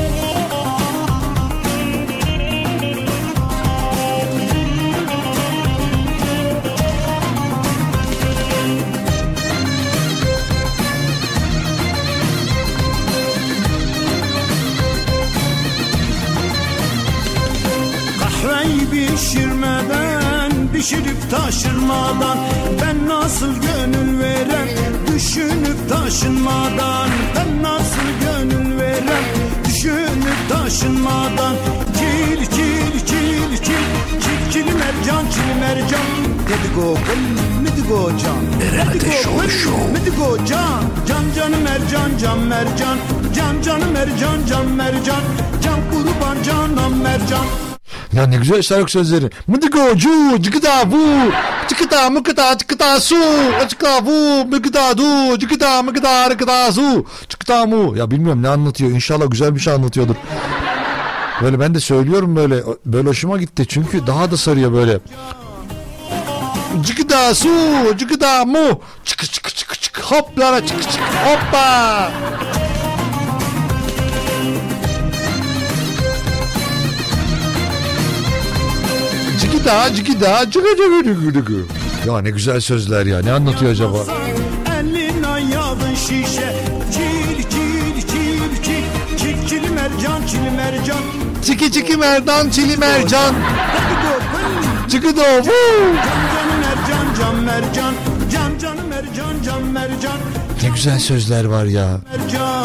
Pişirmeden, pişirip taşırmadan. Ben nasıl gönül verem, düşünüp taşınmadan. Ben nasıl gönül verem, düşünüp taşınmadan. Çil çil çil çil, çil çil mercan çil mercan. Dedi go gül müdü go can, dedi go gül müdü go can. Can canım mercan can mercan, can canım mercan can mercan. Can kurban canım mercan. Ya ne güzel şarkı sözleri. Mıdıgo cu cıkıda bu çıkıda mıkıda çıkıda su çıkıda bu mıkıda du çıkıda mıkıda rıkıda su çıkıda mu. Ya bilmiyorum ne anlatıyor. İnşallah güzel bir şey anlatıyordur. Böyle ben de söylüyorum böyle. Böyle hoşuma gitti. Çünkü daha da sarıyor böyle. Çıkıda su çıkıda mu çıkı çıkı çıkı çıkı hoplara çıkı çıkı hoppa. Cigida cigida cigida cigida. Ya ne güzel sözler ya. Ne anlatıyor acaba? Elin ayağın şişe. Çil çil çil çil. Çil çil mercan çil mercan. Çiki çiki merdan çili mercan. Cigida vu. Can mercan can mercan. Can can mercan can mercan. Ne güzel sözler var ya. Mercan.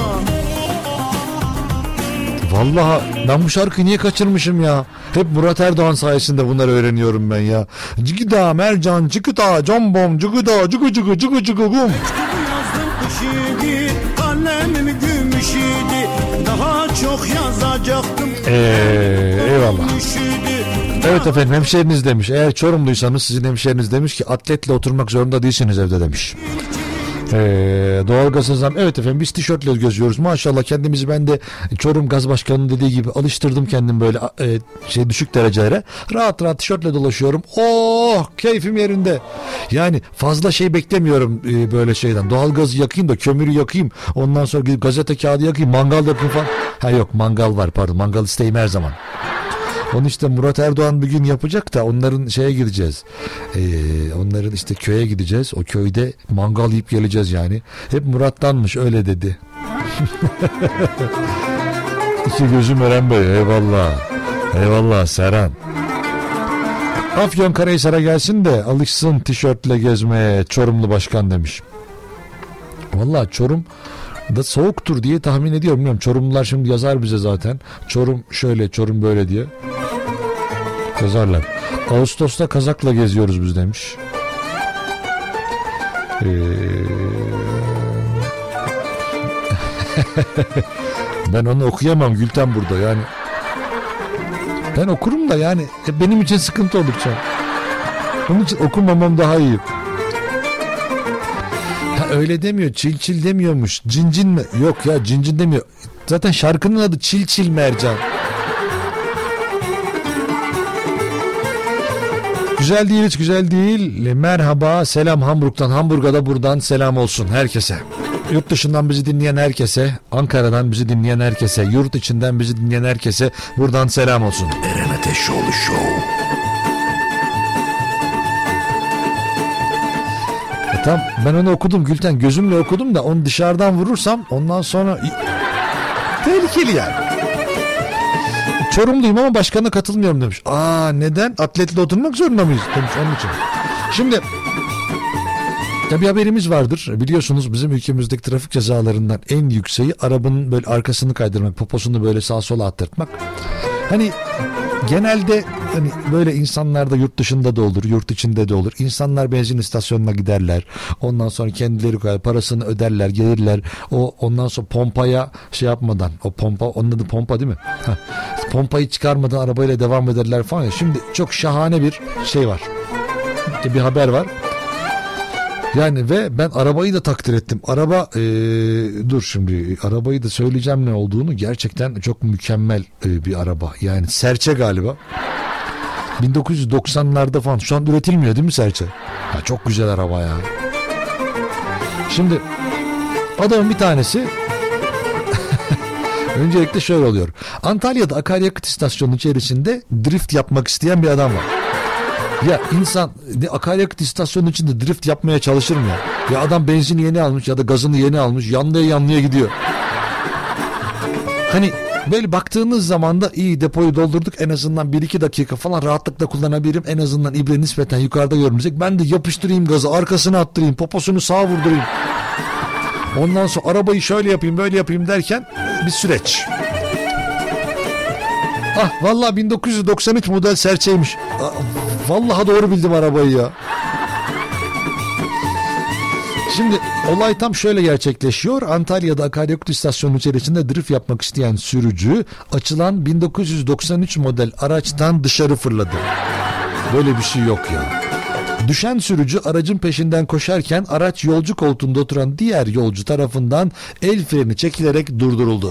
Vallahi ben bu şarkıyı niye kaçırmışım ya? Hep Murat Erdoğan sayesinde bunları öğreniyorum ben ya. Cigida, mercan, çıkıda, combom, cıgıda, cıgı cıgı cıgı cıgı gum. Yazdım kış idi, kalemim gümüş idi. Daha çok yazacaktım. Eee eyvallah. Evet efendim hemşehriniz demiş. Eğer Çorumluysanız sizin hemşehriniz demiş ki atletle oturmak zorunda değilsiniz evde demiş. Ee, doğalgazı zam. Evet efendim biz tişörtle geziyoruz. Maşallah kendimizi ben de Çorum Gaz Başkanı'nın dediği gibi alıştırdım kendim böyle e, şey düşük derecelere. Rahat rahat tişörtle dolaşıyorum. Oh keyfim yerinde. Yani fazla şey beklemiyorum e, böyle şeyden. Doğalgazı yakayım da kömürü yakayım. Ondan sonra gidip gazete kağıdı yakayım. Mangal yapayım falan. Ha yok mangal var pardon. Mangal isteğim her zaman. Onu işte Murat Erdoğan bir gün yapacak da onların şeye gideceğiz. Ee, onların işte köye gideceğiz. O köyde mangal yiyip geleceğiz yani. Hep Murat'tanmış öyle dedi. İki gözüm Eren Bey eyvallah. Eyvallah Serhan. Afyonkarahisar'a gelsin de alışsın tişörtle gezmeye Çorumlu başkan demiş. Vallahi Çorum da soğuktur diye tahmin ediyorum. Bilmiyorum. Çorumlular şimdi yazar bize zaten. Çorum şöyle, Çorum böyle diye. Yazarlar. Ağustos'ta kazakla geziyoruz biz demiş. Ee... ben onu okuyamam Gülten burada yani. Ben okurum da yani benim için sıkıntı oldukça. Onun için okumamam daha iyi. Ha, öyle demiyor. Çil çil demiyormuş. Cincin mi? Yok ya, cincin demiyor. Zaten şarkının adı Çil Çil Mercan. Güzel değil, hiç güzel değil. Merhaba, selam Hamburg'dan. Hamburg'a da buradan selam olsun herkese. Yurt dışından bizi dinleyen herkese, Ankara'dan bizi dinleyen herkese, yurt içinden bizi dinleyen herkese buradan selam olsun. Eren Ateşoğlu Show. E tamam, ben onu okudum Gülten, gözümle okudum da onu dışarıdan vurursam ondan sonra tehlikeli yani. Çorumluyum ama başkanına katılmıyorum demiş. Aa, neden? Atletle oturmak zorunda mıyız demiş, onun için. Şimdi tabii haberimiz vardır. Biliyorsunuz bizim ülkemizdeki trafik cezalarından en yükseği arabanın böyle arkasını kaydırmak, poposunu böyle sağa sola attırtmak. Hani genelde hani böyle insanlar da yurt dışında da olur, yurt içinde de olur. İnsanlar benzin istasyonuna giderler. Ondan sonra kendileri koyar, parasını öderler, gelirler. O ondan sonra pompaya şey yapmadan, o pompa, onun adı pompa değil mi? Heh. Pompayı çıkarmadan arabayla devam ederler falan. Şimdi çok şahane bir şey var. Bir haber var. Yani ve ben arabayı da takdir ettim. Araba ee, dur şimdi arabayı da söyleyeceğim ne olduğunu, gerçekten çok mükemmel e, bir araba. Yani Serçe galiba. bin dokuz yüz doksanlarda falan, şu an üretilmiyor değil mi Serçe? Ya çok güzel araba ya. Şimdi adamın bir tanesi öncelikle şöyle oluyor. Antalya'da akaryakıt istasyonu içerisinde drift yapmak isteyen bir adam var. Ya insan akaryakıt istasyonu içinde drift yapmaya çalışır mı ya? Ya adam benzini yeni almış ya da gazını yeni almış, yanlıya yanlıya gidiyor. Hani böyle baktığınız zaman da iyi, depoyu doldurduk, en azından bir iki dakika falan rahatlıkla kullanabilirim. En azından ibre nispeten yukarıda görünecek. Ben de yapıştırayım gazı, arkasına attırayım, poposunu sağa vurdurayım. Ondan sonra arabayı şöyle yapayım, böyle yapayım derken bir süreç. Ah vallahi bin dokuz yüz doksan üç model Serçeymiş. Vallahi doğru bildim arabayı ya. Şimdi olay tam şöyle gerçekleşiyor. Antalya'da akaryakıt istasyonu içerisinde drift yapmak isteyen sürücü açılan bin dokuz yüz doksan üç model araçtan dışarı fırladı. Böyle bir şey yok ya. Düşen sürücü aracın peşinden koşarken araç yolcu koltuğunda oturan diğer yolcu tarafından el freni çekilerek durduruldu.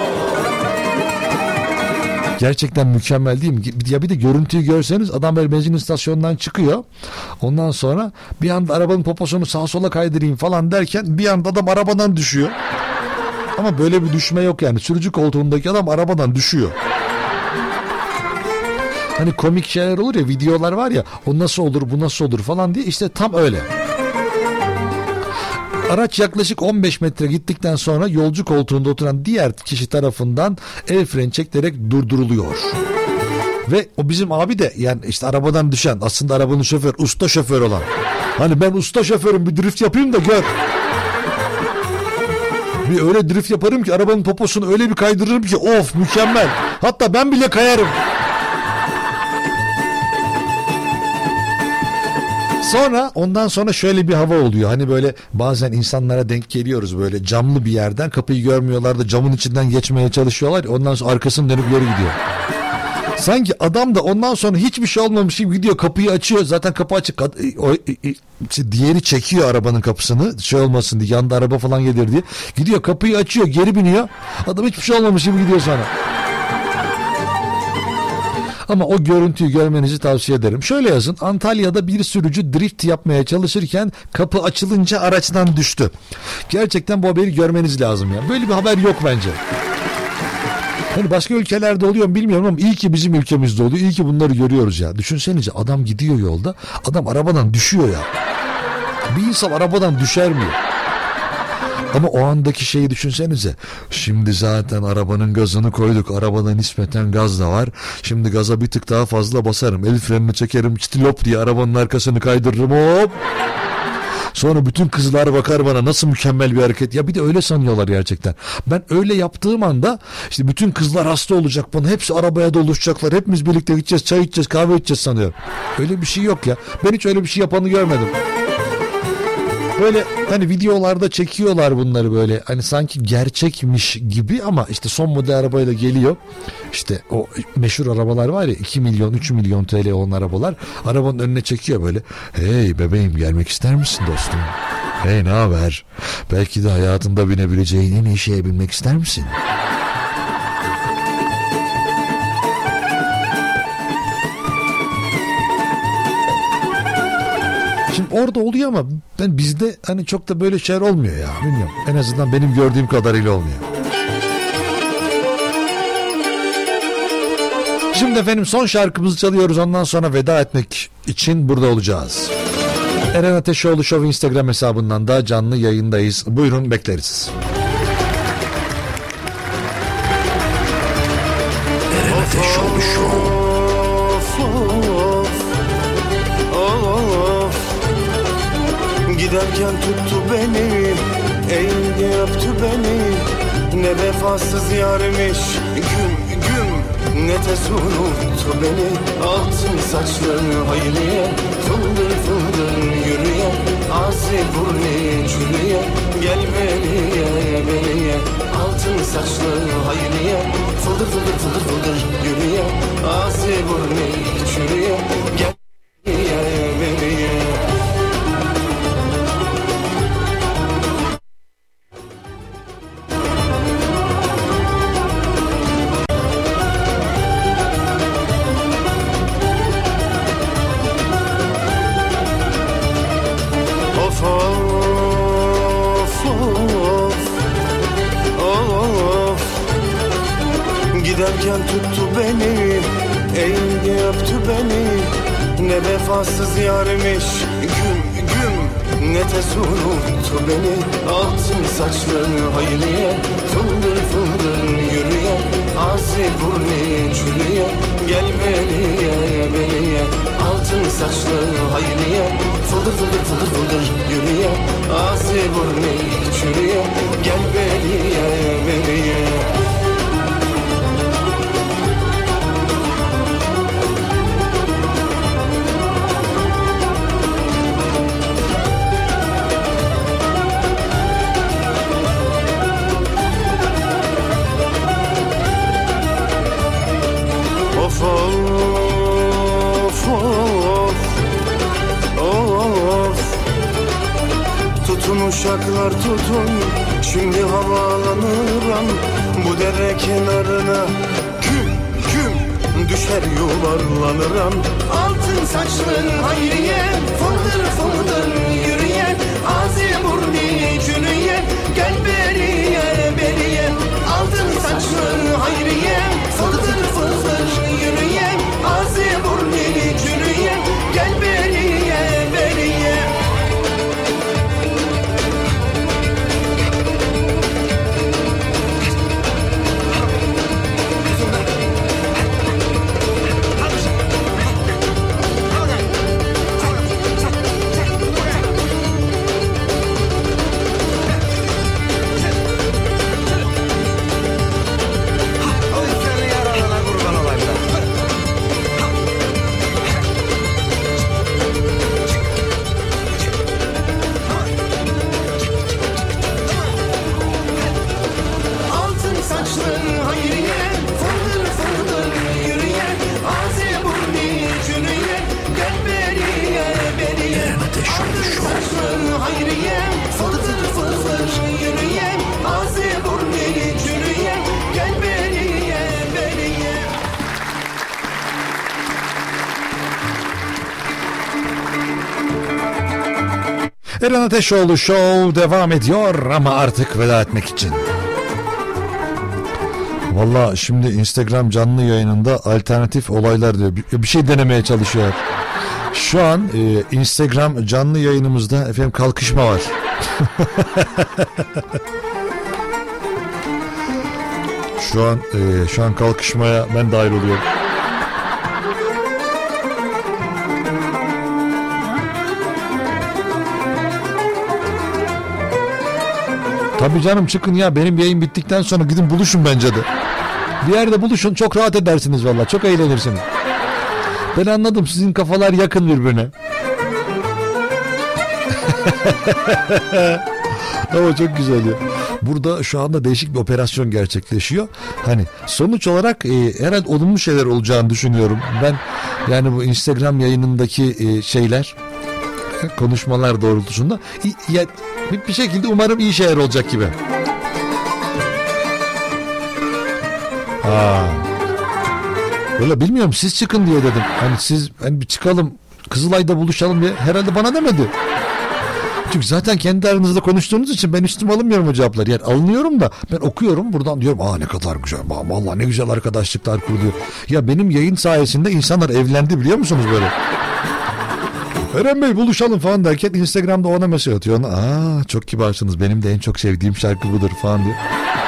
Gerçekten mükemmel değil mi? Ya bir de görüntüyü görseniz, adam böyle benzin istasyonundan çıkıyor. Ondan sonra bir anda arabanın poposunu sağa sola kaydırayım falan derken bir anda adam arabadan düşüyor. Ama böyle bir düşme yok yani. Sürücü koltuğundaki adam arabadan düşüyor. Hani komik şeyler olur ya, videolar var ya, o nasıl olur bu nasıl olur falan diye, işte tam öyle. Araç yaklaşık on beş metre gittikten sonra yolcu koltuğunda oturan diğer kişi tarafından el freni çekilerek durduruluyor. Ve o bizim abi de yani işte arabadan düşen, aslında arabanın şoför, usta şoför olan. Hani ben usta şoförüm, bir drift yapayım da gör. Bir öyle drift yaparım ki arabanın poposunu öyle bir kaydırırım ki of mükemmel. Hatta ben bile kayarım. Sonra ondan sonra şöyle bir hava oluyor. Hani böyle bazen insanlara denk geliyoruz, böyle camlı bir yerden, kapıyı görmüyorlar da camın içinden geçmeye çalışıyorlar. Ondan sonra arkasını dönüp geri gidiyor. Sanki adam da ondan sonra hiçbir şey olmamış gibi gidiyor, kapıyı açıyor. Zaten kapı açık. O, diğeri çekiyor arabanın kapısını, şey olmasın diye, yanda araba falan gelir diye. Gidiyor kapıyı açıyor, geri biniyor. Adam hiçbir şey olmamış gibi gidiyor sonra. Ama o görüntüyü görmenizi tavsiye ederim. Şöyle yazın: Antalya'da bir sürücü drift yapmaya çalışırken kapı açılınca araçtan düştü. Gerçekten bu haberi görmeniz lazım ya. Böyle bir haber yok bence. Hani başka ülkelerde oluyor mu bilmiyorum ama iyi ki bizim ülkemizde oluyor. İyi ki bunları görüyoruz ya. Düşünsenize, adam gidiyor yolda, adam arabadan düşüyor ya. Bir insan arabadan düşer mi? Ama o andaki şeyi düşünsenize. Şimdi zaten arabanın gazını koyduk. Arabada nispeten gaz da var. Şimdi gaza bir tık daha fazla basarım. El frenini çekerim. Çitilop diye arabanın arkasını kaydırırım. Hop. Sonra bütün kızlar bakar bana, nasıl mükemmel bir hareket. Ya bir de öyle sanıyorlar gerçekten. Ben öyle yaptığım anda işte bütün kızlar hasta olacak bana. Hepsi arabaya doluşacaklar. Hepimiz birlikte gideceğiz, çay içeceğiz, kahve içeceğiz sanıyorum. Öyle bir şey yok ya. Ben hiç öyle bir şey yapanı görmedim. Böyle hani videolarda çekiyorlar bunları böyle hani sanki gerçekmiş gibi ama işte son model arabayla geliyor. İşte o meşhur arabalar var ya iki milyon üç milyon T L olan arabalar arabanın önüne çekiyor böyle. Hey bebeğim gelmek ister misin dostum? Hey ne haber? Belki de hayatında binebileceğin en iyi şeye binmek ister misin? Şimdi orada oluyor ama ben bizde hani çok da böyle şeyler olmuyor ya. Bilmiyorum. En azından benim gördüğüm kadarıyla olmuyor. Şimdi efendim son şarkımızı çalıyoruz. Ondan sonra veda etmek için burada olacağız. Eren Ateşoğlu Show Instagram hesabından da canlı yayındayız. Buyurun bekleriz. Eren Ateşoğlu Show. Giderken tuttu beni, eğildi öptü beni. Ne vefasız yarmış, güm güm. Ne tez unuttu beni. Altın saçlı hayliye, fıldır fıldır yürüye. Ağzı burnu çürüye, gel beniye beniye. Altın saçlı hayliye, fıldır fıldır fıldır fıldır yürüye. Ağzı burnu çürüye, gel beniye beniye. Giderken tuttu beni, eğildi öptü beni. Ne vefasız yarmış, güm güm. Ne tez unuttu beni. Altın saçlı hayliye, fıldır fıldır yürüye. Ağzı burnu çürüye, gel beniye beniye. Altın saçlı hayliye, fıldır fıldır fıldır fıldır yürüye. Ağzı burnu çürüye, gel beniye beniye. Of of of, tutun uşaklar tutun, şimdi havalanıram. Bu dere kenarına küm küm düşer yuvarlanıram. Altın saçlı hayriye, fıldır fıldır yürüyen. Ağzı burnu çürüyen, gel beriye beriye. Altın saçlı hayriye, fıldır fıldır yürüyen. Ağzı burnu çürüyen, gel beriye beriye. Eren Ateşoğlu Show devam ediyor ama artık veda etmek için. Valla şimdi Instagram canlı yayınında alternatif olaylar diyor. Bir, bir şey denemeye çalışıyor. Şu an e, Instagram canlı yayınımızda efendim kalkışma var. Şu an e, şu an kalkışmaya ben dahil oluyorum. Tabii canım çıkın ya, benim yayın bittikten sonra gidin buluşun bence de. Bir yerde buluşun, çok rahat edersiniz valla, çok eğlenirsiniz. Ben anladım, sizin kafalar yakın birbirine. Ama çok güzel ya. Burada şu anda değişik bir operasyon gerçekleşiyor. Hani sonuç olarak e, herhalde olumlu şeyler olacağını düşünüyorum. Ben yani bu Instagram yayınındaki e, şeyler, konuşmalar doğrultusunda ya, bir şekilde umarım iyi şeyler olacak gibi. Aa. Öyle bilmiyorum, siz çıkın diye dedim. Hani siz hani bir çıkalım Kızılay'da buluşalım diye herhalde bana demedi. Çünkü zaten kendi aranızda konuştuğunuz için ben üstüme alınmıyorum o cevapları. Yani alınıyorum da ben okuyorum buradan diyorum aa ne kadar güzel, vallahi ne güzel arkadaşlıklar kuruluyor. Ya benim yayın sayesinde insanlar evlendi biliyor musunuz böyle? Eren Bey buluşalım falan derken Instagram'da ona mesaj atıyor. Aa çok kibarsınız, benim de en çok sevdiğim şarkı budur falan diyor.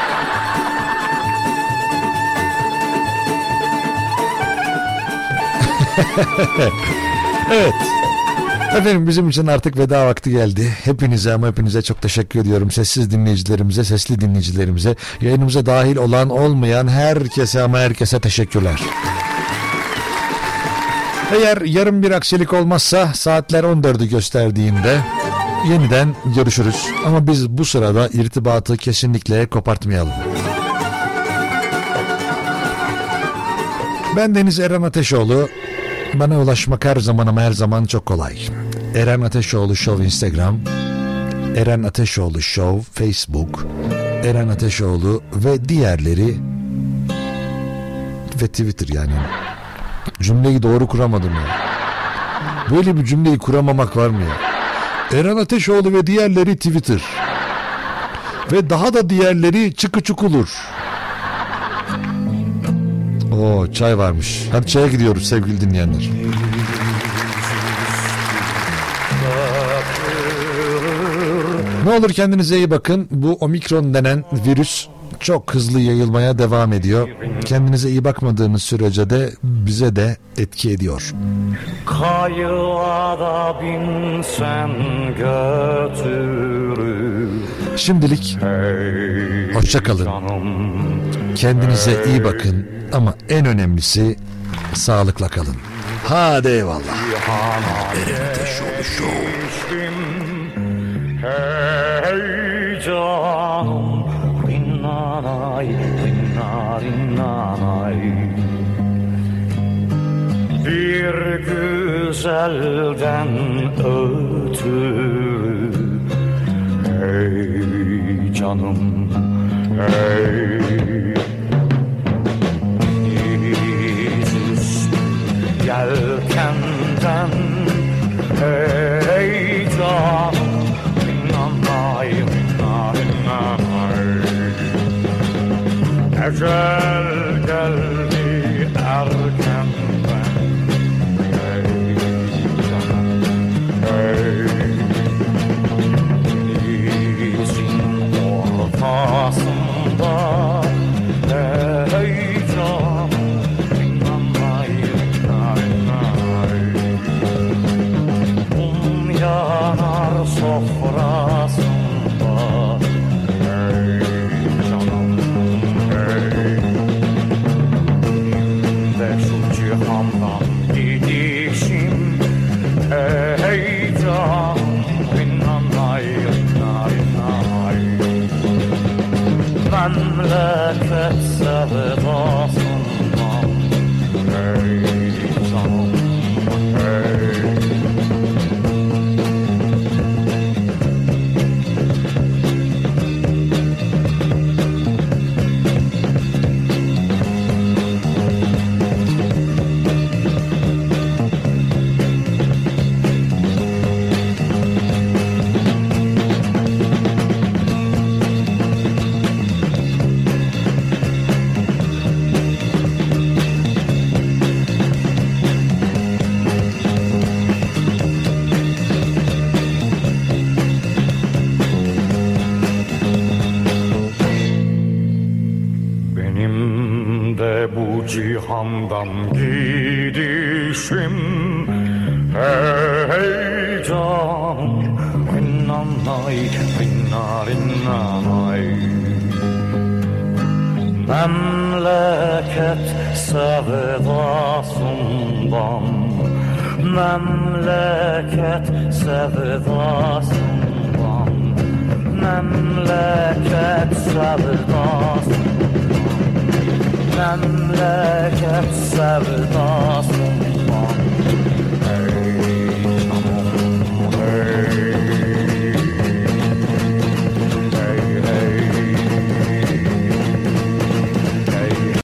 Evet. Efendim bizim için artık veda vakti geldi. Hepinize ama hepinize çok teşekkür ediyorum. Sessiz dinleyicilerimize, sesli dinleyicilerimize, yayınımıza dahil olan olmayan herkese ama herkese teşekkürler. Eğer yarın bir aksilik olmazsa saatler on dördü gösterdiğinde yeniden görüşürüz. Ama biz bu sırada irtibatı kesinlikle kopartmayalım. Ben Deniz Eren Ateşoğlu. Bana ulaşmak her zaman ama her zaman çok kolay. Eren Ateşoğlu Show Instagram, Eren Ateşoğlu Show Facebook, Eren Ateşoğlu ve diğerleri ve Twitter yani. Cümleyi doğru kuramadım ya. Böyle bir cümleyi kuramamak var mı ya? Eren Ateşoğlu ve diğerleri Twitter. Ve daha da diğerleri Çıkı Çukulur. Oo çay varmış. Hadi çaya gidiyoruz sevgili dinleyenler. Ne olur kendinize iyi bakın. Bu omikron denen virüs çok hızlı yayılmaya devam ediyor. Kendinize iyi bakmadığınız sürece de bize de etki ediyor. Kayığa binsen götürür. Şimdilik hoşça kalın. Kendinize iyi bakın ama en önemlisi sağlıkla kalın. Hadi eyvallah. Eren Ateşoğlu Show. Hey canım, rinnanay, rinna rinnanay. Bir güzelden ötürü. Hey canım, hey. İziz yelkenden, hey canım. Ecel geldi erkenden. Hey canım, hey. Denizin ortasında, hey canım. İnanay, inanay. Um yanar sofrasında. Cihandan gidişim, hey canım, inanay, inanay, inanay. Memleket sevdasından, hey canım, hey. Cihandan gidişim, hey canım, rinnanay, rinna rinnanay. Memleket sevdasından, Memleket sevdasından, memleket sevdasından, memleket sevdasından